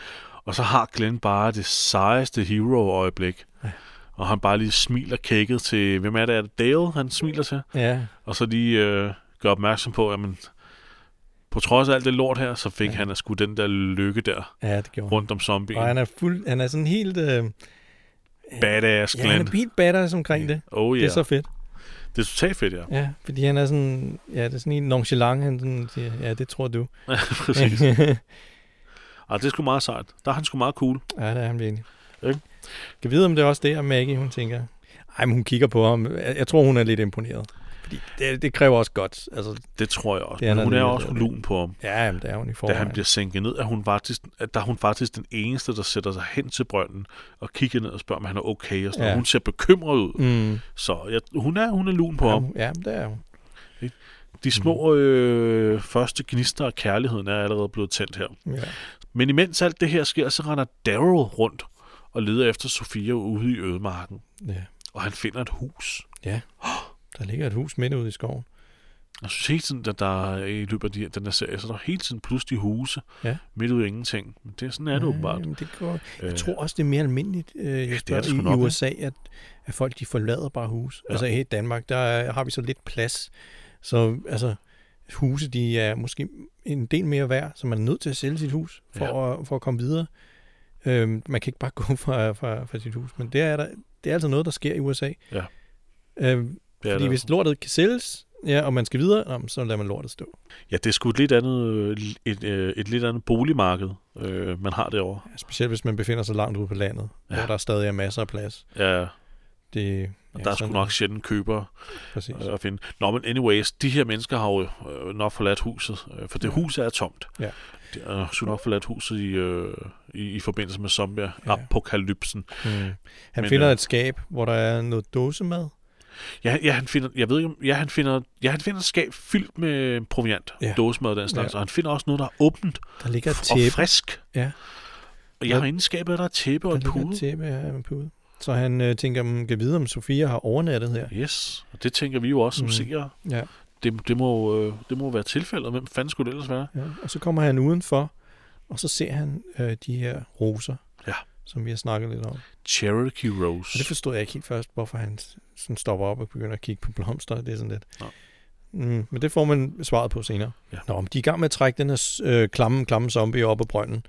Og så har Glenn bare det sejeste hero-øjeblik. Ja. Og han bare lige smiler kækket til, hvem er det? Er det Dale, han smiler til? Ja. Og så lige øh, gør opmærksom på, at man, på trods af alt det lort her, så fik ja. han sgu den der lykke der ja, det gjorde rundt om zombien. Og han er, fuld, han er sådan helt... Øh, badass Glenn. Ja, han er helt badass omkring det. Oh, yeah. Det er så fedt. Det er totalt fedt, ja. Ja, fordi han er sådan... Ja, det er sådan en nonchalant, han sådan siger, ja, det tror du. Ja, præcis. Og det er sgu meget sejt. Der er han sgu meget cool. Ja, det er han virkelig. Okay. Kan vide, om det er også det, at Maggie, hun tænker... Ej, men hun kigger på ham. Jeg tror, hun er lidt imponeret. Fordi det, det kræver også godt. Altså, det tror jeg også. Men hun er også lun på ham. Ja, jamen, det er hun i forvejen. Da han bliver sænket ned, er hun faktisk, der er hun faktisk den eneste, der sætter sig hen til brønden og kigger ned og spørger, om han er okay. Og sådan. Ja. Hun ser bekymret ud. Mm. Så ja, hun, er, hun er lun på ja, ham. Ja, det er hun. De små øh, første gnister af kærligheden er allerede blevet tændt her. Ja. Men imens alt det her sker, så render Daryl rundt og leder efter Sofia ude i ødemarken. Ja. Og han finder et hus. Ja, der ligger et hus midt ude i skoven. Jeg synes hele tiden, at der i løbet af de, den her serie, så der er hele tiden pludselig huse ja. midt ude i ingenting. Men det er sådan er det ja, åbenbart. Det går. Jeg tror også, det er mere almindeligt øh, ja, det er det i, nok, i U S A, at, at folk de forlader bare hus. Ja. Altså i Danmark, der er, har vi så lidt plads. Så altså, huse de er måske en del mere værd, så man er nødt til at sælge sit hus for, ja. at, for at komme videre. Øhm, man kan ikke bare gå fra, fra, fra sit hus. Men det er, der, det er altså noget, der sker i U S A. Ja. Øhm, fordi der. Hvis lortet kan sælges, ja, og man skal videre, så lader man lortet stå. Ja, det er sgu et lidt andet, et, et, et lidt andet boligmarked, øh, man har derovre. Ja, specielt hvis man befinder sig langt ude på landet, ja. Hvor der stadig er masser af plads. Ja, det, og ja, der er sgu nok sjældent købere Præcis. at finde. Nå, men anyways, de her mennesker har jo øh, nok forladt huset, øh, for det ja. hus er tomt. Ja. De har sgu nok forladt huset i, øh, i, i forbindelse med zombie-apokalypsen. Ja. Mm. Han men, finder øh, et skab, hvor der er noget dåsemad. Ja, ja, han finder, jeg ved ikke, ja, han finder, ja, han finder et skab fyldt med proviant, ja. dåsemad og den slags, ja. Og han finder også noget, der er åbent der ligger et og tæppe. frisk. Ja. Og jeg har inde i skabet, der er et tæppe og en pude. Der ligger et tæppe, ja, en pude. Så han øh, tænker, man kan vide, om Sofia har overnattet her. Yes, og det tænker vi jo også som mm. seere. Ja. Det, det, må, øh, det må være tilfældet. Hvem fanden skulle det ellers være? Ja. Og så kommer han udenfor, og så ser han øh, de her roser, ja. som vi har snakket lidt om. Cherokee Rose. Og det forstod jeg ikke helt først, hvorfor han sådan stopper op og begynder at kigge på blomster. Det er sådan lidt. Mm, men det får man svaret på senere. Ja. Nå, de er i gang med at trække den her øh, klamme, klamme zombie op af brønden.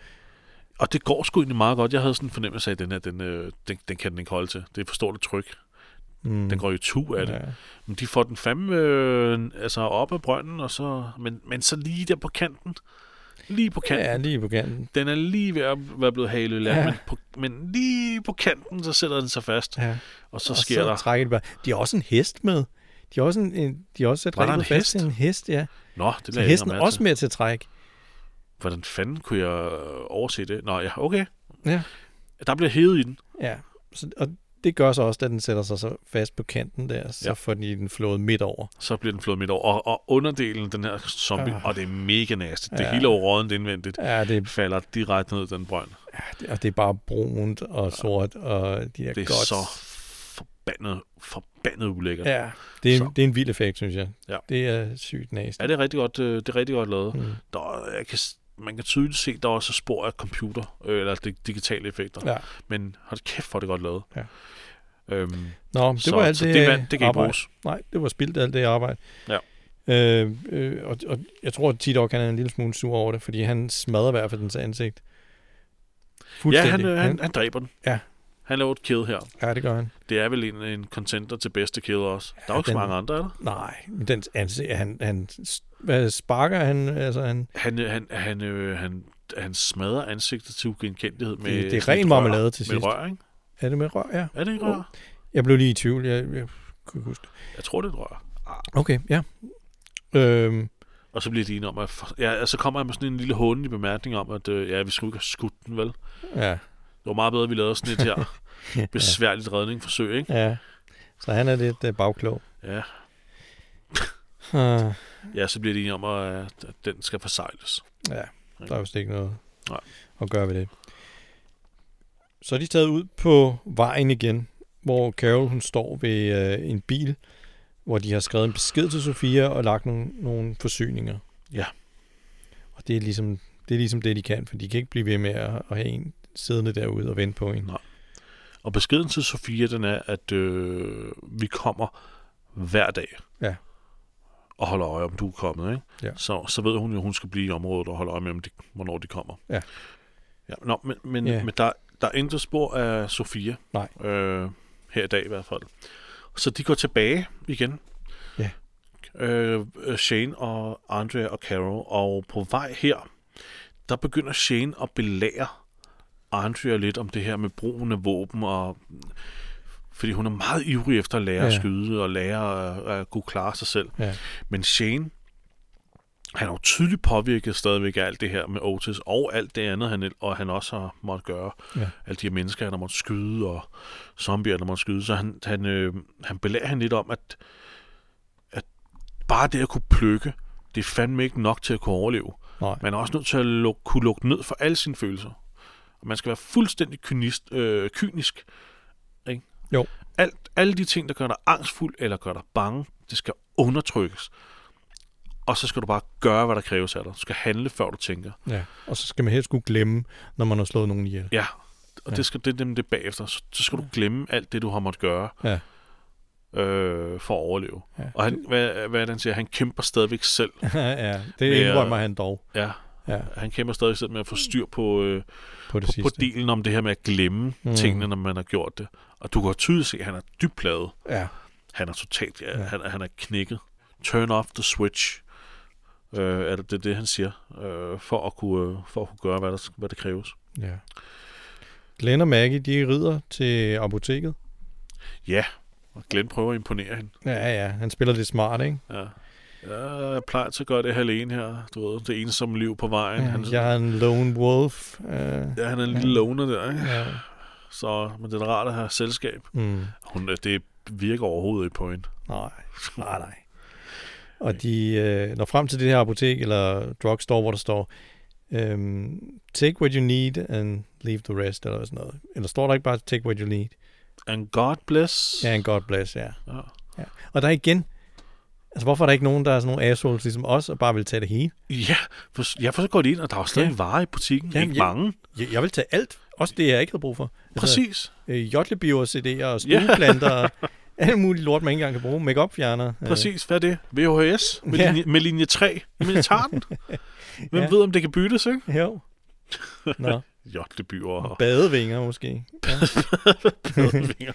Og det går sgu egentlig meget godt. Jeg havde sådan en fornemmelse af, at den her, den, øh, den, den kan den ikke holde til. Det er for stort et tryk. Mm. Den går jo tu af det. Ja. Men de får den fandme øh, altså op af brønden, og så, men, men så lige der på kanten. Lige på kanten. Ja, lige på kanten. Den er lige ved at være blevet halet i land, ja. men, på, men lige på kanten, så sætter den sig fast. Ja. Og så og sker så der... trækker de bare. De har også en hest med. De har også, en, en, de har også sat rebet fast til en hest, ja. Nå, det lader jeg hesten er også med til at trække. Hvordan fanden kunne jeg overse det? Nå, ja, okay. Ja. Der bliver hævet i den. Ja, så, og det gør så også, at den sætter sig så fast på kanten der, så ja. får de den flået midt over. Så bliver den flået midt over. Og, og underdelen, den her zombie, ja. og det er mega nasty. Det ja. hele overrådent indvendigt, ja, det falder direkte ned i den brønd. Ja, det, og det er bare brunt og sort, og de er Det er godt. så forbandet, forbandet ulækkert. Ja, det er, det er en vild effekt, synes jeg. Ja. Det er sygt nasty. Ja, det er rigtig godt, det er rigtig godt lavet. Mm. Der, jeg kan, man kan tydeligt se, der er også spor af computer, øh, eller digitale effekter. Ja. Men hold kæft, hvor er det godt lavet. Ja. Øhm, Nå, det så, var alt så det, det, det kan arbejde. bruges. Nej, det var spildt alt det arbejde. Ja. Øh, øh, og, og jeg tror, at T-Dog han er en lille smule sur over det, fordi han smadrer i hvert fald dens ansigt. Ja, han, han, han, han dræber den. Ja. Han laver et kill her. Ja, det gør han. Det er vel en, en contender til bedste kill også. Der er jo ikke den, så mange andre, er der? Nej, men den ansigt, han, han hvad sparker han, altså han... Han, han, han, øh, han, han smadrer ansigtet til ugenkendelighed med... Det, det er ren marmelade til sidst. Med rør, ikke? Er det med rør, ja? Er det ikke rør? Jeg blev lige i tvivl, jeg, jeg kunne ikke huske. Jeg tror, det er et rør. Ah. Okay, ja. Øhm. Og så bliver de enige om, at... Ja, så kommer han med sådan en lille håndelig bemærkning om, at øh, ja, vi skulle ikke have skudt den, vel? Ja. Det var meget bedre, at vi lavede sådan et her besværligt ja. redningsforsøg, ikke? Ja. Så han er lidt uh, bagklog. Ja. uh. Ja, så bliver de enige om, at, at den skal forsejles. Ja, der er jo ikke noget Nej. at gøre ved det. Så er de taget ud på vejen igen, hvor Carol hun står ved uh, en bil, hvor de har skrevet en besked til Sofia og lagt nogle, nogle forsyninger. Ja. Og det er ligesom det er ligesom det, de kan, for de kan ikke blive ved med at, at have en siddende derude og vente på hende. Nej. Og beskeden til Sofia, den er, at øh, vi kommer hver dag. Ja. Og holder øje, om du er kommet, ikke? Ja. Så, så ved hun jo, at hun skal blive i området og holde øje med, om de, hvornår de kommer. Ja. Ja, nå, men, men, Ja. men der, der er intet spor af Sofia. Nej. Øh, her i dag i hvert fald. Så de går tilbage igen. Ja. Øh, Shane og Andrea og Carol. Og på vej her, der begynder Shane at belære Andrea lidt om det her med brugen af våben, og fordi hun er meget ivrig efter at lære ja. at skyde og lære at, at kunne klare sig selv. Ja. Men Shane, han er jo tydeligt påvirket stadigvæk af alt det her med Otis, og alt det andet, han, og han også har måttet gøre. Ja. Alle de her mennesker, han har måttet skyde, og zombier, han har måttet skyde. Så han, han, øh, han belærer hende lidt om, at, at bare det at kunne plukke, det er fandme ikke nok til at kunne overleve. Nej. Man er også nødt til at luk, kunne lukke ned for alle sine følelser. Og man skal være fuldstændig kynist, øh, kynisk. Ikke? Jo. Alt, alle de ting, der gør dig angstfuld eller gør dig bange, det skal undertrykkes. Og så skal du bare gøre, hvad der kræves af dig. Du skal handle, før du tænker. Ja. Og så skal man helst kunne glemme, når man har slået nogen ihjel. Ja, og ja. det skal det, det, det bagefter. Så, så skal du glemme alt det, du har måttet gøre ja. øh, for at overleve. Ja. Og han, hvad, hvad er det, han siger? Han kæmper stadigvæk selv. ja, det indrømmer han dog. Ja. Ja. Han kæmper stadig selv med at få styr på, øh, på, det på, på delen om det her med at glemme mm. tingene, når man har gjort det. Og du kan tydeligt se, at han er dybt plaget. Ja. Han er totalt, ja, ja. Han, han er knækket. Turn off the switch. Øh, er det, det er det, han siger. Øh, for, at kunne, for at kunne gøre, hvad der, hvad der kræves. Ja. Glenn og Maggie, de rider til apoteket. Ja, og Glenn prøver at imponere hende. Ja, ja. Han spiller lidt smart, ikke? Ja. Ja, jeg plejer til at gøre det her alene her. Du ved, det ensomme liv på vejen. Ja, han, jeg er en lone wolf. Uh, ja, han er en lille ja. loner der, ikke? Ja. Så, men det er rart at have selskab. Mm. Hun, det virker overhovedet ikke på hende. Nej, nej, nej. Og de øh, når frem til det her apotek, eller drugstore, hvor der står, øhm, take what you need and leave the rest, eller sådan noget. Eller står der ikke bare, take what you need? And God bless. Ja, and God bless, ja. Ja. ja. Og der er igen, altså hvorfor er der ikke nogen, der er sådan nogle assholes ligesom os, og bare vil tage det hele? Ja, for, jeg får så godt ind, og der er jo stadig ja. varer i butikken. Jamen, ikke jeg, mange. Jeg, jeg vil tage alt, også det, jeg ikke havde brug for. Præcis. Altså, øh, Jotlebioer, C D'er og stueplanter, alt muligt lort, man ikke engang kan bruge. Make-up-fjerner. Præcis, hvad er det? V H S med, ja. linje, med linje tre. Jamen, jeg tager den. Hvem ja. ved, om det kan byttes, ikke? Jo. Nå. Jotlebioer. Badevinger, måske. Ja. Badevinger.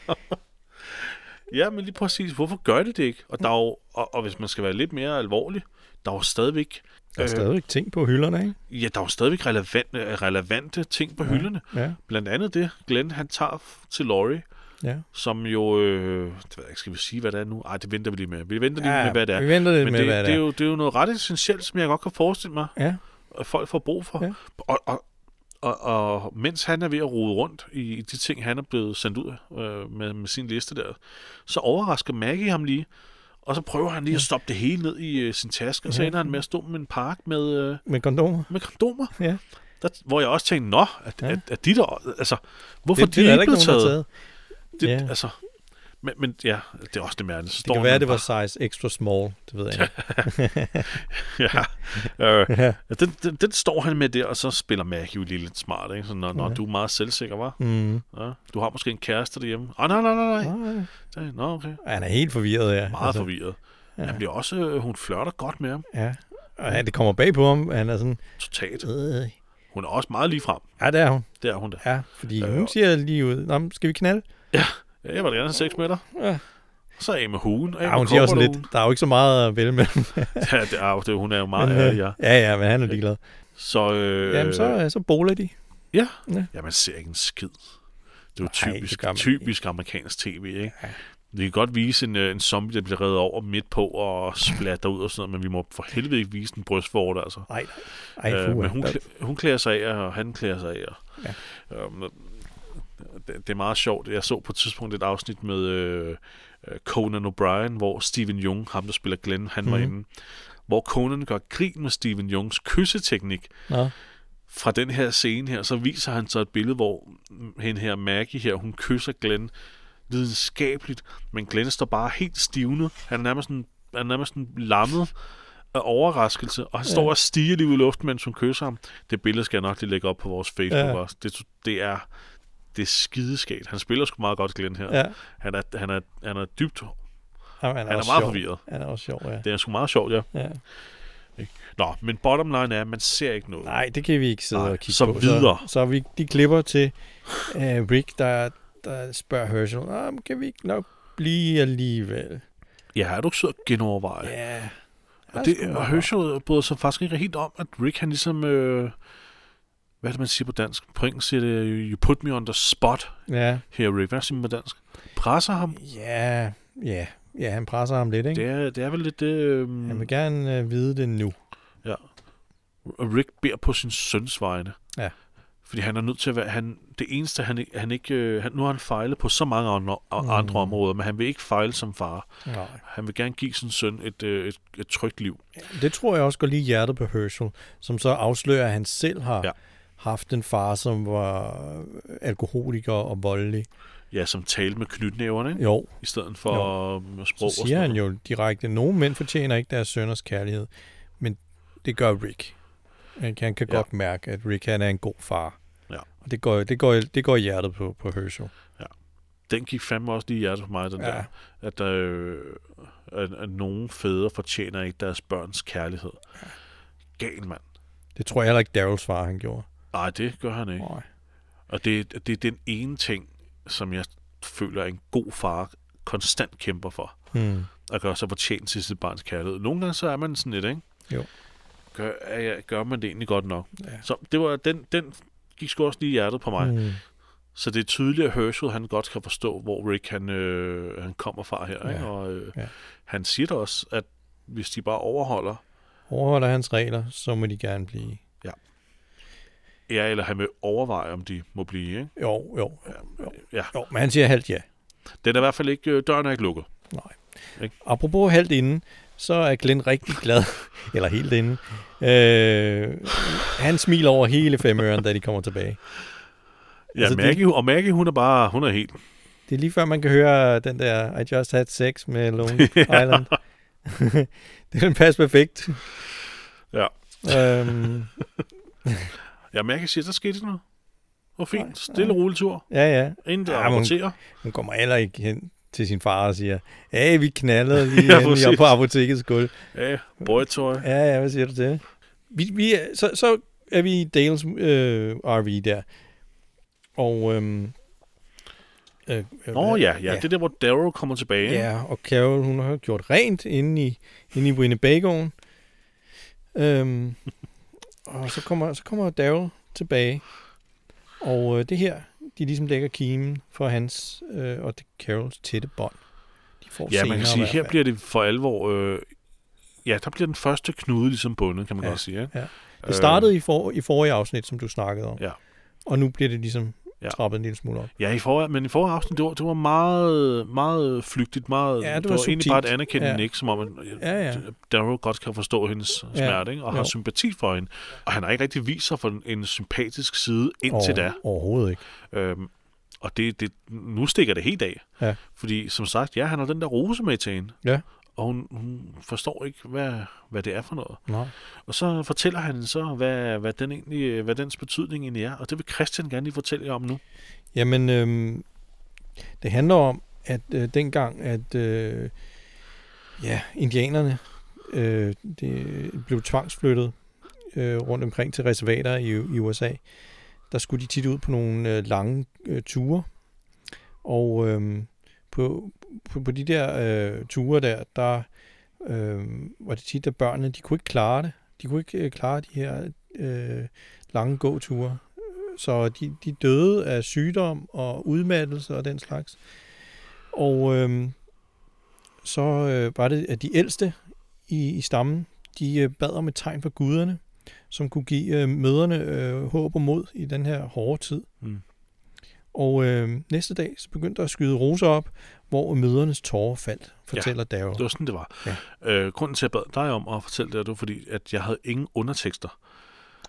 Ja, men lige præcis. Hvorfor gør det det ikke? Og, der er jo, og, og hvis man skal være lidt mere alvorlig, der er jo stadigvæk... Der er øh, stadigvæk ting på hylderne, ikke? Ja, der er jo stadigvæk relevante, relevante ting på ja. hylderne. Ja. Blandt andet det, Glenn han tager til Laurie. Ja. Som jo, øh, det ved jeg ikke, skal vi sige, hvad det er nu? Ej, det venter vi lige med. Vi venter lige ja, med, hvad det er. Vi venter lidt Men med, det, hvad det, det er. Jo, det er jo noget ret essentielt, som jeg godt kan forestille mig, ja. at folk får brug for. Ja. Og, og, og, og mens han er ved at rode rundt i, i de ting, han er blevet sendt ud øh, med, med sin liste der, så overrasker Maggie ham lige, og så prøver han lige at stoppe det hele ned i øh, sin taske, og så ender han med at stå med en park med... Øh, med kondomer. Med kondomer. Ja. Der, hvor jeg også tænkte, nå, at, ja. at, at de der... Altså, hvorfor det, de det er ikke blevet taget? taget? Det, ja. Altså... Men, men ja, det er også det mærkelige. Det kan være, det var size extra small, det ved jeg ikke. ja, øh, ja. Den, den, den står han med der, og så spiller Maggie jo lige lidt smart, ikke? Så når, når ja. du er meget selvsikker, hva'? Mm. Ja, du har måske en kæreste derhjemme. Ah, nej, nej, nej, nej. nej. Nå, okay. Han er helt forvirret, ja. Meget altså, forvirret. Ja. Han bliver også, øh, hun flirter godt med ham. Ja, og ja, det kommer bag på ham. Han er sådan... Totalt. Øh. Hun er også meget ligefrem. Ja, det er hun. Det er hun da. Ja, fordi øh, hun siger lige ud, nå, skal vi knalde? Ja, ja jeg var da gerne have sex med dig. Ja. Så af med hugen. Ja, hun siger også lidt, der er jo ikke så meget at vælge med. ja, det er jo, det, hun er jo meget ærlig, ja. Ja, ja, men han er ligeglad. Så, øh, Jamen, så, så boler de. Ja. ja, ja, man ser ikke en skid. Det er jo typisk, Ej, typisk amerikansk tv, ikke? Ja. Vi kan godt vise en, en zombie, der bliver reddet over midt på og splatter ud og sådan noget, men vi må for helvede ikke vise en brystvorte, altså. Nej, nej. Øh, men hun, hun klæder sig af, og han klæder sig af. Og, ja. øhm, det, det er meget sjovt. Jeg så på et tidspunkt et afsnit med øh, Conan O'Brien, hvor Steven Yeun, ham der spiller Glenn, han mm. var inde, hvor Conan gør grin med Steven Yeun's kysseteknik. Ja. Fra den her scene her, så viser han så et billede, hvor hende her, Maggie her, hun kysser Glenn lidenskabeligt, men Glenn står bare helt stivnet. Han er nærmest sådan, han er nærmest sådan lammet af overraskelse, og han står Ja. og stiger lige ud i luften, mens hun kysser ham. Det billede skal jeg nok lige lægge op på vores Facebook Ja. også. Det, det er det er skideskægt. Han spiller sgu meget godt, Glenn her. Ja. Han er, han er, han er dybt... Jamen, han er, Han er også meget sjov. forvirret. Han er også sjov, ja. Det er sgu meget sjovt, ja. ja. Nå, men bottom line er, at man ser ikke noget. Nej, det kan vi ikke sidde Nej, og kigge så på. videre. Så, så vi, de klipper til uh, Rick, der, der spørger Herschel, ah, kan vi ikke nok blive alligevel? Ja, er du ikke sød at genoverveje? Ja. Og det og Herschel bryder sig faktisk ikke helt om, at Rick han ligesom... Øh, hvad er det, man siger på dansk? På engelsk siger det, you put me on the spot Ja. her, Rick. Hvad siger man på dansk? Presser ham? Ja, ja. Ja, han presser ham lidt, ikke? Det er, det er vel lidt... Øh, Han vil gerne uh, vide det nu. Ja. Og Rick beder på sin søns vegne. Ja. Fordi han er nødt til at være... Han, det eneste, han, ikke- han ikke... Øh, han, nu har han fejlet på så mange andre, mm. andre områder, men han vil ikke fejle som far. Nej. Han vil gerne give sin søn et, øh, et, et trygt liv. Det tror jeg også går lige i hjertet på Herschel, som så afslører, at han selv har Ja. haft en far, som var alkoholiker og voldelig. Ja, som talte med knytnæverne, ikke? Jo, I stedet for Jo. øh, sprog så og siger sådan han noget. jo direkte, nogle mænd fortjener ikke deres sønners kærlighed, men det gør Rick. Han kan, han kan Ja. godt mærke, at Rick han er en god far. Ja. Og det går, det går, det går i hjertet på, på Herschel. Den gik fandme også lige i hjertet på mig, den Ja. der. At, øh, at, at nogle fædre fortjener ikke deres børns kærlighed. Gal, mand. Det tror jeg heller ikke Daryls far, han gjorde. Nej, det gør han ikke. Nej. Og det, det er den ene ting, som jeg føler, at en god far konstant kæmper for. Hmm. At gøre sig fortjent til sit barns kærlighed. Nogle gange så er man sådan lidt, ikke? Jo. Gør, er, gør man det egentlig godt nok? Ja. Så det var, den, den gik sgu også lige i hjertet på mig. Hmm. Så det er tydeligt, at Herschel han godt kan forstå, hvor Rick han, øh, han kommer fra her. Ikke? Ja. Og øh, Ja. han siger da også, at hvis de bare overholder, Overholder hans regler, så må de gerne blive. ja, eller han vil overveje, om de må blive. Ikke? Jo, jo, jo. Ja. jo men han siger halvt ja. Den er i hvert fald ikke, øh, døren er ikke lukket. Nej. Ikke? Apropos halvt inden, så er Glenn rigtig glad. Eller helt inden. Øh, han smiler over hele femøren, da de kommer tilbage. Ja, Altså, altså, Maggie, og Maggie, hun er bare, hun er helt... Det er lige før, man kan høre den der, I just had sex med Lonely Island. Det vil passe perfekt. Ja. Øhm, Ja, Maggie siger, der skete noget. Hvor fint. Nej, Stille og rolig tur. ja, ja. Inden der Ja, ja, men- rapporterer. Hun kommer heller ikke hen til sin far og siger, hey, vi knaldede lige Ja, ja, præcis. op på apotekets gulv. Ja, boytoy. Ja, ja, hvad siger du til det? Vi, vi, er- så, så er vi i Dales øh, R V der. Og... Øhm, øh, øh, Nå ja, ja, det er der, hvor Daryl kommer tilbage. ikke? Ja, og Carol, hun har gjort rent inde i, inde i Winnebagoen. Øhm, og så kommer, så kommer Daryl tilbage. Og øh, det her, de ligesom lægger kimen for hans øh, og det Carols tætte bånd. De får Ja, man kan senere i sige, hvert her fald. bliver det for alvor... Øh, ja, der bliver den første knude ligesom bundet, kan man Ja, godt sige. Ikke? ja. Det startede i, for, i forrige afsnit, som du snakkede om. Ja. Og nu bliver det ligesom Ja. trappet en lille smule op. Ja, i forrige, men i forrige afsnit, det var, det var meget, meget flygtigt. Meget, Ja, det det var var egentlig subtilt. bare et anerkendende Ja. ja. ikke, som om at, Ja, ja. Daryl godt kan forstå hendes Ja. smerte, ikke? Og har Jo. sympati for hende. Og han har ikke rigtig vist sig for en, en sympatisk side indtil da. Overhovedet ikke. Øhm, og det, det, nu stikker det helt af. Ja. Fordi som sagt, ja, han har den der rose med til hende. Ja. Og hun, hun forstår ikke, hvad, hvad det er for noget. Nej. Og så fortæller han så, hvad, hvad, den egentlig, hvad dens betydning egentlig er. Og det vil Christian gerne lige fortælle jer om nu. Jamen, øhm, det handler om, at øh, dengang, at øh, ja, indianerne øh, det blev tvangsflyttet øh, rundt omkring til reservater i, i U S A, der skulle de tit ud på nogle øh, lange øh, ture. Og øh, på, på, på de der øh, ture der, der øh, var det tit, at børnene, de kunne ikke klare det. De kunne ikke øh, klare de her øh, lange gåture. Så de, de døde af sygdom og udmattelse og den slags. Og øh, så øh, var det, at de ældste i, i stammen, de øh, bad om et tegn fra guderne, som kunne give øh, mødrene øh, håb og mod i den her hårde tid. Mm. Og øh, næste dag, så begyndte der at skyde roser op, hvor mødrenes tårer faldt, fortæller ja, Daryl. Det var sådan, det var. Ja. Øh, grunden til, at jeg bad dig om at fortælle det, er, det var fordi, at jeg havde ingen undertekster.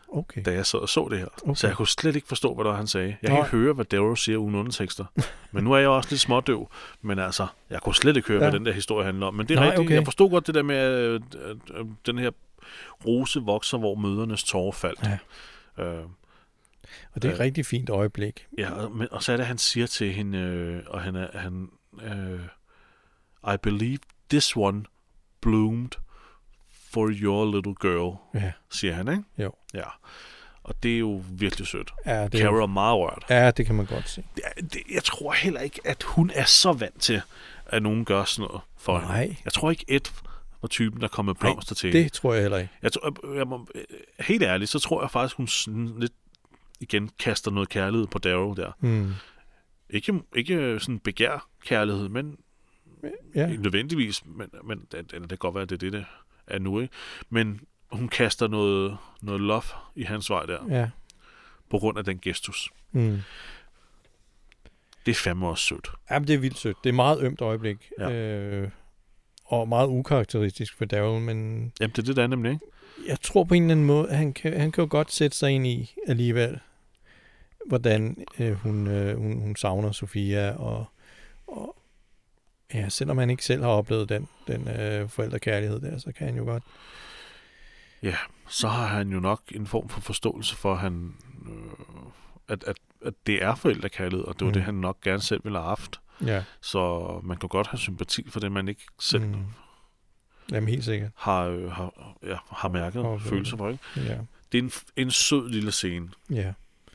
okay. da jeg sad og så det her. Okay. Så jeg kunne slet ikke forstå, hvad der han sagde. Jeg kan Nej. ikke høre, hvad Darrow siger uden undertekster. Men nu er jeg også lidt smådøv. Men altså, jeg kunne slet ikke høre, ja. hvad den der historie handler om. Men det er Nej, rigtigt. okay. Jeg forstod godt det der med, at, at, at den her rose vokser, hvor mødernes tårer faldt. Ja. Øh, Og det er et øh, rigtig fint øjeblik. Ja, og, men, og så er det, han siger til hende, øh, og han er, han, øh, I believe this one bloomed for your little girl, Ja. siger han, ikke? Jo. Ja. Og det er jo virkelig sødt. Ja, det Cara er meget rørt. Ja, det kan man godt se. Det, det, jeg tror heller ikke, at hun er så vant til, at nogen gør sådan noget for Nej. hende. Jeg tror ikke, Ed var typen, der kom med blomster til hende. Det tror jeg heller ikke. Jeg tror, jeg må, helt ærligt, så tror jeg faktisk, hun sådan lidt igen kaster noget kærlighed på Darrow der. Mm. Ikke, ikke sådan begær kærlighed, men Ja. ikke nødvendigvis, men, men det, det kan godt være, at det er det, det er nu, ikke? Men hun kaster noget, noget love i hans vej der, Ja. på grund af den gestus. Mm. Det er fandme også sødt. Jamen, det er vildt sødt. Det er et meget ømt øjeblik. Ja. Øh, og meget ukarakteristisk for Darrow, men Jamen, det er det, der er nemlig, ikke? jeg tror på en eller anden måde, han kan, han kan jo godt sætte sig ind i alligevel, hvordan øh, hun, øh, hun, hun savner Sofia, og, og ja, selvom han ikke selv har oplevet den, den øh, forældrekærlighed der, så kan han jo godt. Ja, så har han jo nok en form for forståelse for, at, han, øh, at, at, at det er forældrekærlighed, og det var Mm. det, han nok gerne selv ville have haft. Ja. Så man kan godt have sympati for det, man ikke selv Mm. Jamen, helt sikkert. har, øh, har, ja, har mærket Og- følelser for, ikke? Ja. Det er en, en sød lille scene. Ja.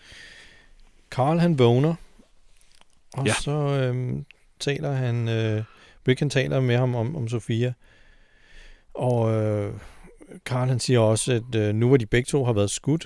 Carl, han vågner, og Ja. så øhm, taler han, øh, Rick han taler med ham om, om Sofia, og øh, Carl han siger også, at øh, nu hvor de begge to har været skudt,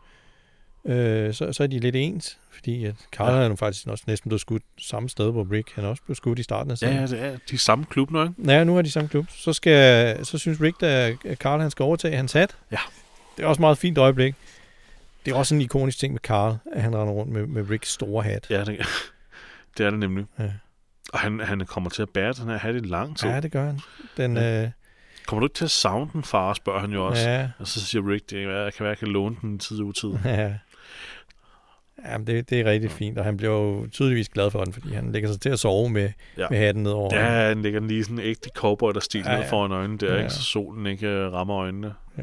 øh, så, så er de lidt ens, fordi at Carl Ja. ja. er nu faktisk også næsten blevet skudt samme sted, hvor Rick han også blev skudt i starten af Ja, serien. ja, det er de samme klub nu, ikke? Ja, nu er de samme klub. Så, skal, så synes Rick, at Carl han skal overtage hans hat. Ja. Det er også et meget fint øjeblik. Det er også en ikonisk ting med Carl, at han render rundt med, med Ricks store hat. Ja, det, det er det nemlig. Ja. Og han, han kommer til at bære den her hat i lang tid. Ja, det gør han. Den, Ja. øh, Kommer du ikke til at savne den, far, spørger han jo også. ja, Og så siger Rick, det kan være, jeg kan, være, jeg kan låne den i tid og utid. ja. Jamen, det, det er rigtig fint, og han bliver jo tydeligvis glad for den, fordi han lægger sig til at sove med, Ja. med hatten ned over. Ja, han lægger den lige sådan en ægte cowboy, der stiger Ja, ja, ja. ned foran øjnene der, Ja, ikke? ja. Så solen ikke øh, rammer øjnene. Ja.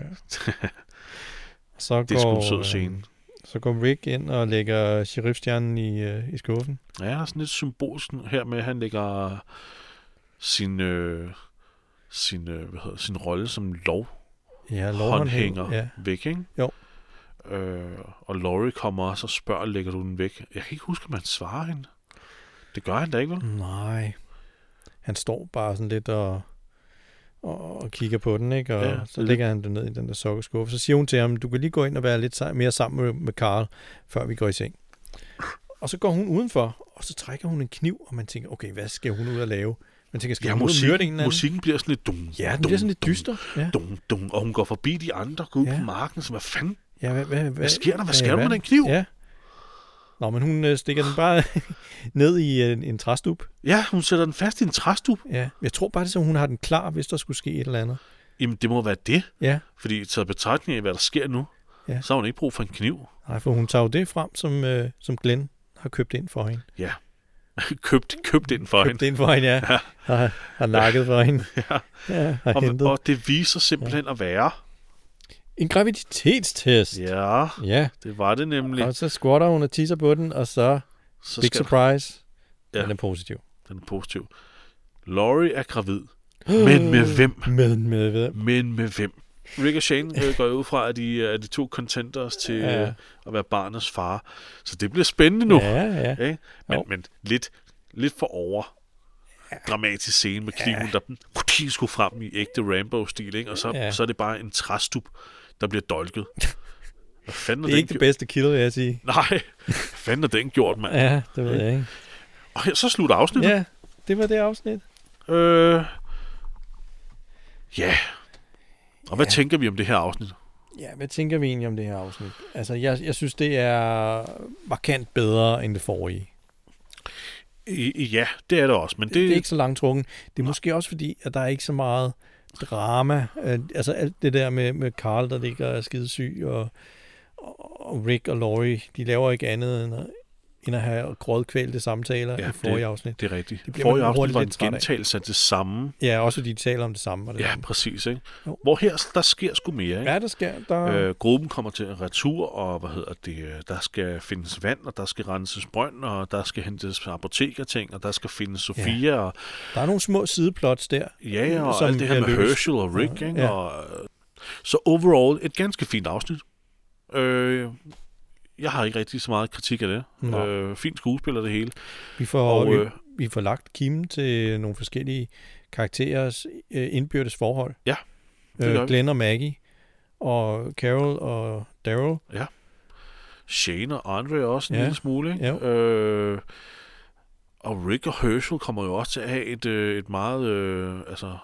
Så Det er sgu går, en sød øh, scene. Så går Rick ind og lægger sheriffstjernen i, øh, i skuffen. Ja, der er sådan lidt symbolsk her med, at han lægger sin, øh, sin, øh, hvad hedder, sin rolle som lov Ja, håndhænger Ja. væk, ikke? Jo. Øh, og Laurie kommer også og spørger, lægger du den væk? Jeg kan ikke huske, om han svarer hende. Det gør han da ikke, vel? Nej. Han står bare sådan lidt og, og, og kigger på den, ikke? Og Ja, ja, det så er lægger han den ned i den der sokkeskuffe. Så siger hun til ham, du kan lige gå ind og være lidt sa- mere sammen med, med Carl, før vi går i seng. Og så går hun udenfor, og så trækker hun en kniv, og man tænker, okay, hvad skal hun ud og lave? Man tænker, skal Ja, hun ud og musik, myrde en eller anden? musikken bliver sådan lidt dum. Ja, den dum, bliver sådan lidt dum, dyster. Ja, Dum, dum, og hun går forbi de andre, går ud Ja. på marken, så hvad fanden? ja hvad, hvad, hvad, Hvad sker der? Hvad skal hvad- du med den kniv? Ja. Nå, men hun øh, stikker den bare ned i øh, en træstup. Ja, hun sætter den fast i en træstup. Ja, jeg tror bare, det er så, hun har den klar, hvis der skulle ske et eller andet. Jamen, det må være det. Ja, Fordi taget betragtning af, hvad der sker nu, Ja. så har hun ikke brug for en kniv. nej, for hun tager jo det frem, som, øh, som Glenn har købt ind for hende. Ja. købt, købt ind for købt hende. ind for hende, ja. Ja. Har, har nakket for hende. Ja. Ja, har Og, hentet. og det viser simpelthen ja. at være. En graviditetstest. Ja, Ja, det var det nemlig. og så squatter hun og tisser på den, og så, Så big skal surprise, Ja. den er positiv. den er positiv. Laurie er gravid. Men med hvem? Men med hvem? Men med hvem? Rick og Shane øh, går ud fra, at de er de to contenders til Ja. ja. at være barnets far. Så det bliver spændende nu. Ja, ja. Ikke? Men, Jo. men lidt, lidt for over dramatisk scene med kniven, ja. der skulle frem i ægte Rambo-stil, ikke? Og så, Ja. ja. så er det bare en træstup, der bliver dolket. Hvad fanden Det er den ikke det gjort? bedste kill, vil jeg sige. Nej, hvad fanden er den gjort, mand? Ja, det ved jeg ikke. Og her, så slutter afsnittet. Ja, det var det afsnit. Øh, ja. Og hvad Ja. tænker vi om det her afsnit? Ja, hvad tænker vi egentlig om det her afsnit? Altså, jeg, jeg synes, det er markant bedre end det forrige. I, i- ja, det er det også, men Det, det, det er ikke så langtrukken. Det er måske også fordi, at der er ikke så meget drama. Øh, altså alt det der med, med Carl, der ligger og er skidesyg, og, og Rick og Laurie, de laver ikke andet end at, end at have grådkvælte samtaler ja, i forrige det, afsnit. det er rigtigt. Det Forrige afsnit var en gentagelse af det samme. Ja, også fordi de taler om det samme. Og det ja, samme. præcis. Ikke? Jo. Hvor her, der sker sgu mere. Ikke? Ja, der sker. Der... Øh, gruppen kommer til retur, og hvad hedder det, der skal findes vand, og der skal renses brønd, og der skal hentes apotekerting, og der skal findes Sofia. Ja. Og, der er nogle små sideplots der. ja, og alt det her med løst. Herschel og Rick. Ikke? Ja. Og, så overall, et ganske fint afsnit. Øh, jeg har ikke rigtig så meget kritik af det. Øh, fint skuespiller det hele. Vi får, og, vi, øh, vi får lagt kimen til nogle forskellige karakterers øh, indbyrdes forhold. Ja, det øh, Glenn og Maggie, og Carol og Daryl. Ja. Shane og Andre også en ja. lille smule. Ikke? Ja. Øh, og Rick og Herschel kommer jo også til at have et, øh, et meget øh, altså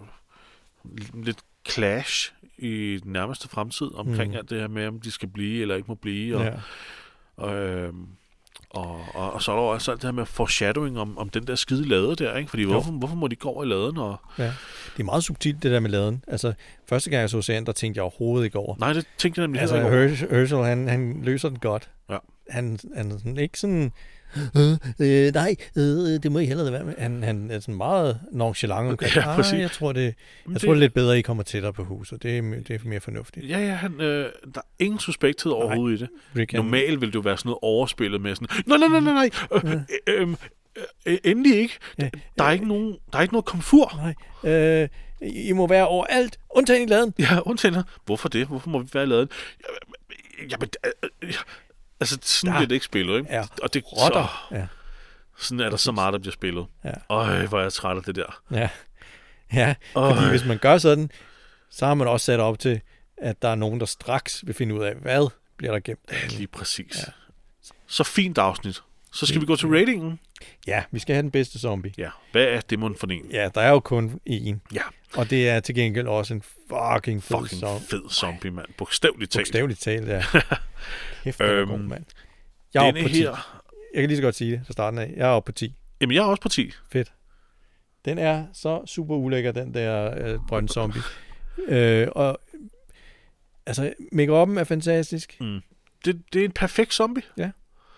øh, lidt clash i den nærmeste fremtid omkring mm. alt det her med, om de skal blive eller ikke må blive. Og, ja. og, øh, og, og, og så er der også alt det her med foreshadowing om, om den der skide lade der, ikke? Fordi hvorfor, hvorfor må de gå over i laden? Og... Ja. Det er meget subtilt, det der med laden. Altså, første gang jeg så serien, der tænkte jeg overhovedet ikke over. Nej, det tænkte jeg nemlig altså, ikke over. Herschel, han, han løser den godt. Ja. Han, han er sådan, ikke sådan... Øh, øh, nej, øh, det må I hellere være med. Han, han er sådan meget nonchalant omkring. Ja, præcis. Ah, jeg tror, det, jeg det... tror, det er lidt bedre, at I kommer tættere på huset. Det er, det er mere fornuftigt. Ja, ja, han, øh, der er ingen suspekthed overhovedet nej. i det. Rick, normalt ville det jo være sådan noget overspillet med sådan, nej, nej, nej, nej, nej, øh, øh, øh, øh, endelig ikke. Ja. Der er ikke nogen, der er ikke noget komfur. Nej, øh, I må være overalt, undtagen i laden. Ja, undtagen. Hvorfor det? Hvorfor må vi være i laden? Jamen, øh, altså, sådan ja. bliver det ikke spillet, ikke? Ja. Og det rotter. Ja. Sådan er der så meget, der bliver spillet. Ja. Øj, hvor er jeg træt af det der. Ja, ja. Øj. Fordi hvis man gør sådan, så har man også sat op til, at der er nogen, der straks vil finde ud af, hvad bliver der gemt. Ja, lige præcis. Ja. Så fint afsnit. Så skal vi gå til ratingen. Ja, vi skal have den bedste zombie. Ja, hvad er dæmonen for en? Ja, der er jo kun én. Ja. Og det er til gengæld også en fucking fed, fucking zombie. fed zombie, mand. Bogstaveligt talt. Bogstaveligt talt, ja. Kæft, det er øhm, god, mand. Jeg er oppe på ti. Her... Jeg kan lige så godt sige det fra starten af. Jeg er oppe på ti. Jamen, jeg er også på ti. Fedt. Den er så super ulækker, den der øh, brønde zombie. øh, og altså, make-up'en er fantastisk. Mm. Det, det er en perfekt zombie. Ja.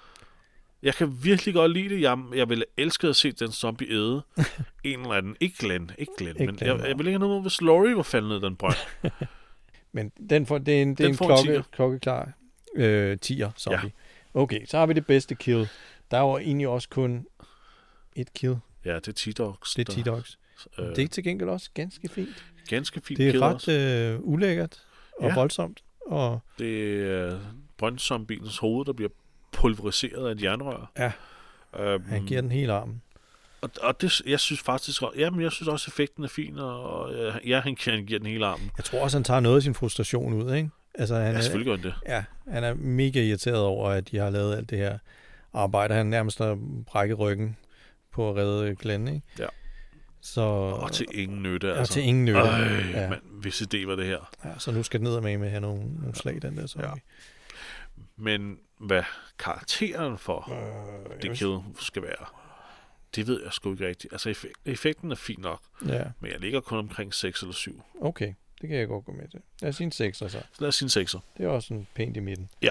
Jeg kan virkelig godt lide det. Jeg, jeg ville elske at se den zombie æde en eller anden. Ikke Glenn, ikke Glenn. Ikke men Glenn, jeg, jeg ville ikke have noget med, hvis Laurie var faldet ned i den brønd. Men den får, det er en, det er en klokke, klokkeklar øh, tier zombie. Ja. Okay, så har vi det bedste kill. Der er jo egentlig også kun et kill. Ja, det er T-Dogs. Det er T-Dogs. Øh, det er til gengæld også ganske fint. Ganske fint det er kill ret også. Øh, ulækkert og ja. voldsomt. Og det er brøndzombiens hoved, der bliver pulveriseret af et jernrør. Ja, øhm, han giver den hele armen. Og, og det, jeg synes faktisk, ja, men jeg synes også, effekten er fin, og, og ja, han, han giver den hele armen. Jeg tror også, han tager noget af sin frustration ud, ikke? Altså, han ja, er, selvfølgelig gør det. Ja, han er mega irriteret over, at de har lavet alt det her arbejde. Han nærmest har brækket ryggen på at redde Glenn, ikke? Ja. Så, og til ingen nytte, altså. Og til ingen nytte. Øj, ja. mand, hvis idé var det her. Ja, så nu skal den ned med med at have nogle, nogle slag, den der zombie. Ja. Men hvad karakteren for øh, det kill skal være, det ved jeg sgu ikke rigtigt. Altså, effekt, effekten er fin nok, ja. men jeg ligger kun omkring seks eller syv. Okay, det kan jeg godt gå med til. Lad os sige en sekser så. Så lad os sige en sekser. Det er også sådan pænt i midten. Ja.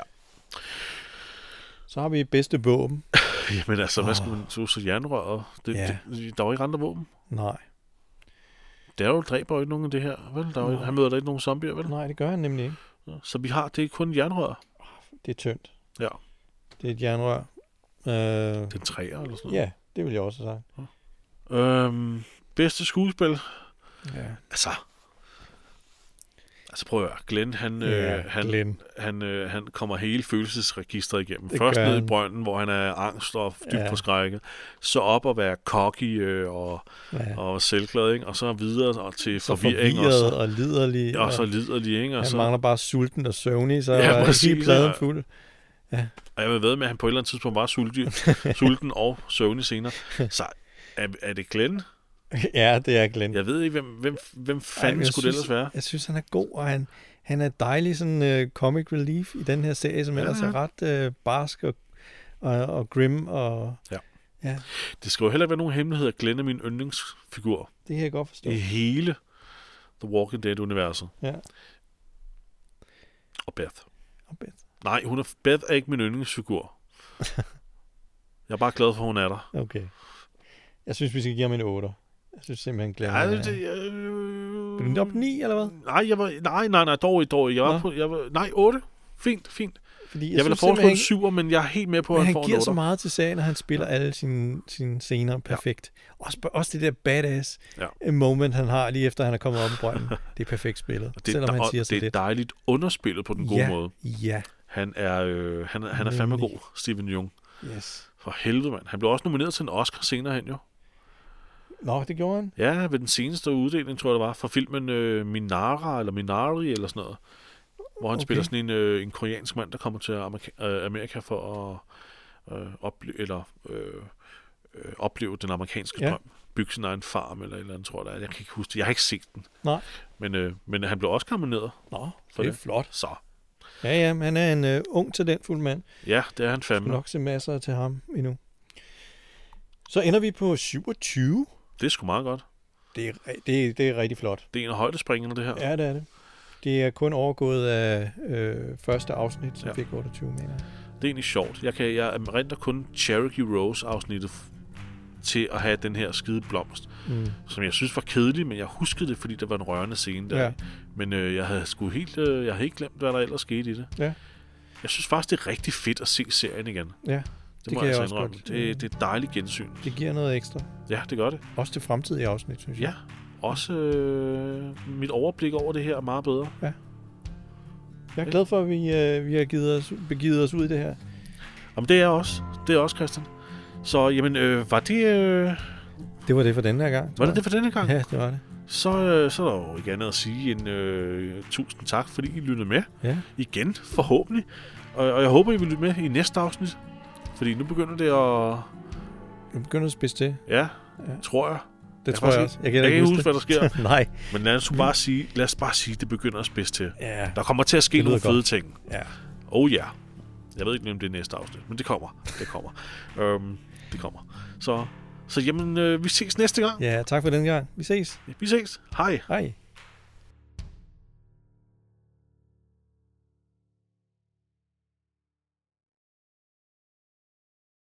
Så har vi bedste våben. Jamen altså, oh. hvad skal man så så jernrøret? Det, ja. det, der er jo ikke andre våben. Nej. Daryl dræber jo ikke nogen af det her, vel? Der er jo, han møder da ikke nogen zombier, vel? Nej, det gør han nemlig ikke. Ja, så vi har, det er kun jernrør. Det er tyndt. Ja. Det er et jernrør. Øh, det er en træer eller sådan noget. Ja, det vil jeg også have sagt. Ja. Øhm, bedste skuespil? Ja. Altså, altså prøv at høre. Glenn, han, ja, øh, han, Glenn. han, øh, han kommer hele følelsesregistret igennem. Det Først ned i brønden, hvor han er angst og dybt ja. forskrækket. Så op og være cocky øh, og, ja. og selvglad, ikke? Og så videre og til så forvirring. Og så og liderlig. Og så liderlig, ikke? Og han så, mangler bare sulten og søvnig, så ja, er præcis, helt pladen fuld. Ja. Og jeg vil ved med, at han på et eller andet tidspunkt var sulten, sulten og søvnig senere. Så er, er det Glenn? Ja, det er Glenn. Jeg ved ikke, hvem, hvem, hvem fanden Ej, skulle synes, det ellers være? Jeg synes, han er god, og han, han er dejlig sådan uh, comic relief i den her serie, som ja, ellers ja. er ret uh, barsk og, og, og grim. Og, ja. ja. Det skal jo heller ikke være nogen hemmelighed, at Glenn er min yndlingsfigur. Det kan jeg godt forstå. I hele The Walking Dead-universet. Ja. Og Beth. Og Beth. Nej, hun er, Beth er ikke min yndlingsfigur. Jeg er bare glad for, at hun er der. Okay. Jeg synes, vi skal give ham en otter. Jeg synes simpelthen, glæder Ja, mig. det, øh, Er du op ni, eller hvad? Nej, jeg var, nej, nej, nej, dog ikke, dog ikke. Jeg var Nå. på, jeg var, nej, otte. Fint, fint. Fordi Jeg, jeg vil have foreslået en syver, men jeg er helt med på, at men han han får en giver så otter. meget til sagen, når han spiller ja. alle sine, sine scener perfekt. Ja. Også, også det der badass ja. moment, han har lige efter, han er kommet op i brønden. Det er perfekt spillet, det, selvom han siger så lidt. Det er dejligt underspillet på den gode ja. måde. Ja. Han er, øh, han, han er fandme god, Steven Yeun. Yes. For helvede, mand. Han blev også nomineret til en Oscar senere hen, jo. Nå, det gjorde han. Ja, ved den seneste uddeling, tror jeg det var, for filmen øh, Minara, eller Minari, eller sådan noget. Hvor han okay. spiller sådan en, øh, en koreansk mand, der kommer til Amerika, øh, Amerika for at øh, opleve, eller, øh, øh, opleve den amerikanske ja. drøm. Bygge sin egen farm, eller et eller andet, tror jeg. Jeg kan ikke huske det. Jeg har ikke set den. Nej. Men, øh, men han blev også nomineret. Nå, for det er det. flot. Så. Ja, ja, han er en øh, ung, talentfuld mand. Ja, det er han Jeg fandme. skal nok se masser til ham endnu. Så ender vi på syvogtyve. Det er sgu meget godt. Det er, det, er, det er rigtig flot. Det er en af højdespringerne, det her. Ja, det er det. Det er kun overgået af øh, første afsnit, som ja. fik otteogtyve, mener jeg. Det er egentlig sjovt. Jeg, kan, jeg renter kun Cherokee Rose-afsnittet f- til at have den her skide blomst, mm. som jeg synes var kedelig, men jeg huskede det, fordi der var en rørende scene der. Ja. Men øh, jeg havde sgu helt, øh, jeg havde ikke glemt, hvad der ellers skete i det. Ja. Jeg synes faktisk, det er rigtig fedt at se serien igen. Ja, det, det må kan jeg, jeg altså også indrømme. godt. Det, det er et dejligt gensyn. Det giver noget ekstra. Ja, det gør det. Også til fremtidige afsnit, synes jeg. Ja, også øh, mit overblik over det her er meget bedre. Ja. Jeg er glad for, at vi, øh, vi har givet os, begivet os ud i det her. Jamen, det er også. Det er også, Christian. Så, jamen, øh, var det... Øh, det var det for denne her gang. Var det det for denne gang? Ja, det var det. Så, øh, så er der jo ikke andet at sige en øh, tusind tak, fordi I lyttede med. Ja. Igen, forhåbentlig. Og, og jeg håber, I vil lytte med i næste afsnit. Fordi nu begynder det at... Nu begynder at spidse til. Ja, ja, tror jeg. Det jeg tror jeg også. Jeg kan, jeg kan ikke huske, hvad der sker. Nej. Men lad os bare sige, lad os bare sige, det begynder at spidse til. Ja. Der kommer til at ske nogle fede godt. ting. Ja. Oh ja. Yeah. Jeg ved ikke, om det er næste afsnit, men det kommer. Det kommer. um, det kommer. Så, så jamen, øh, vi ses næste gang. Ja, tak for den gang. Vi ses. Vi ses. Hej. Hej.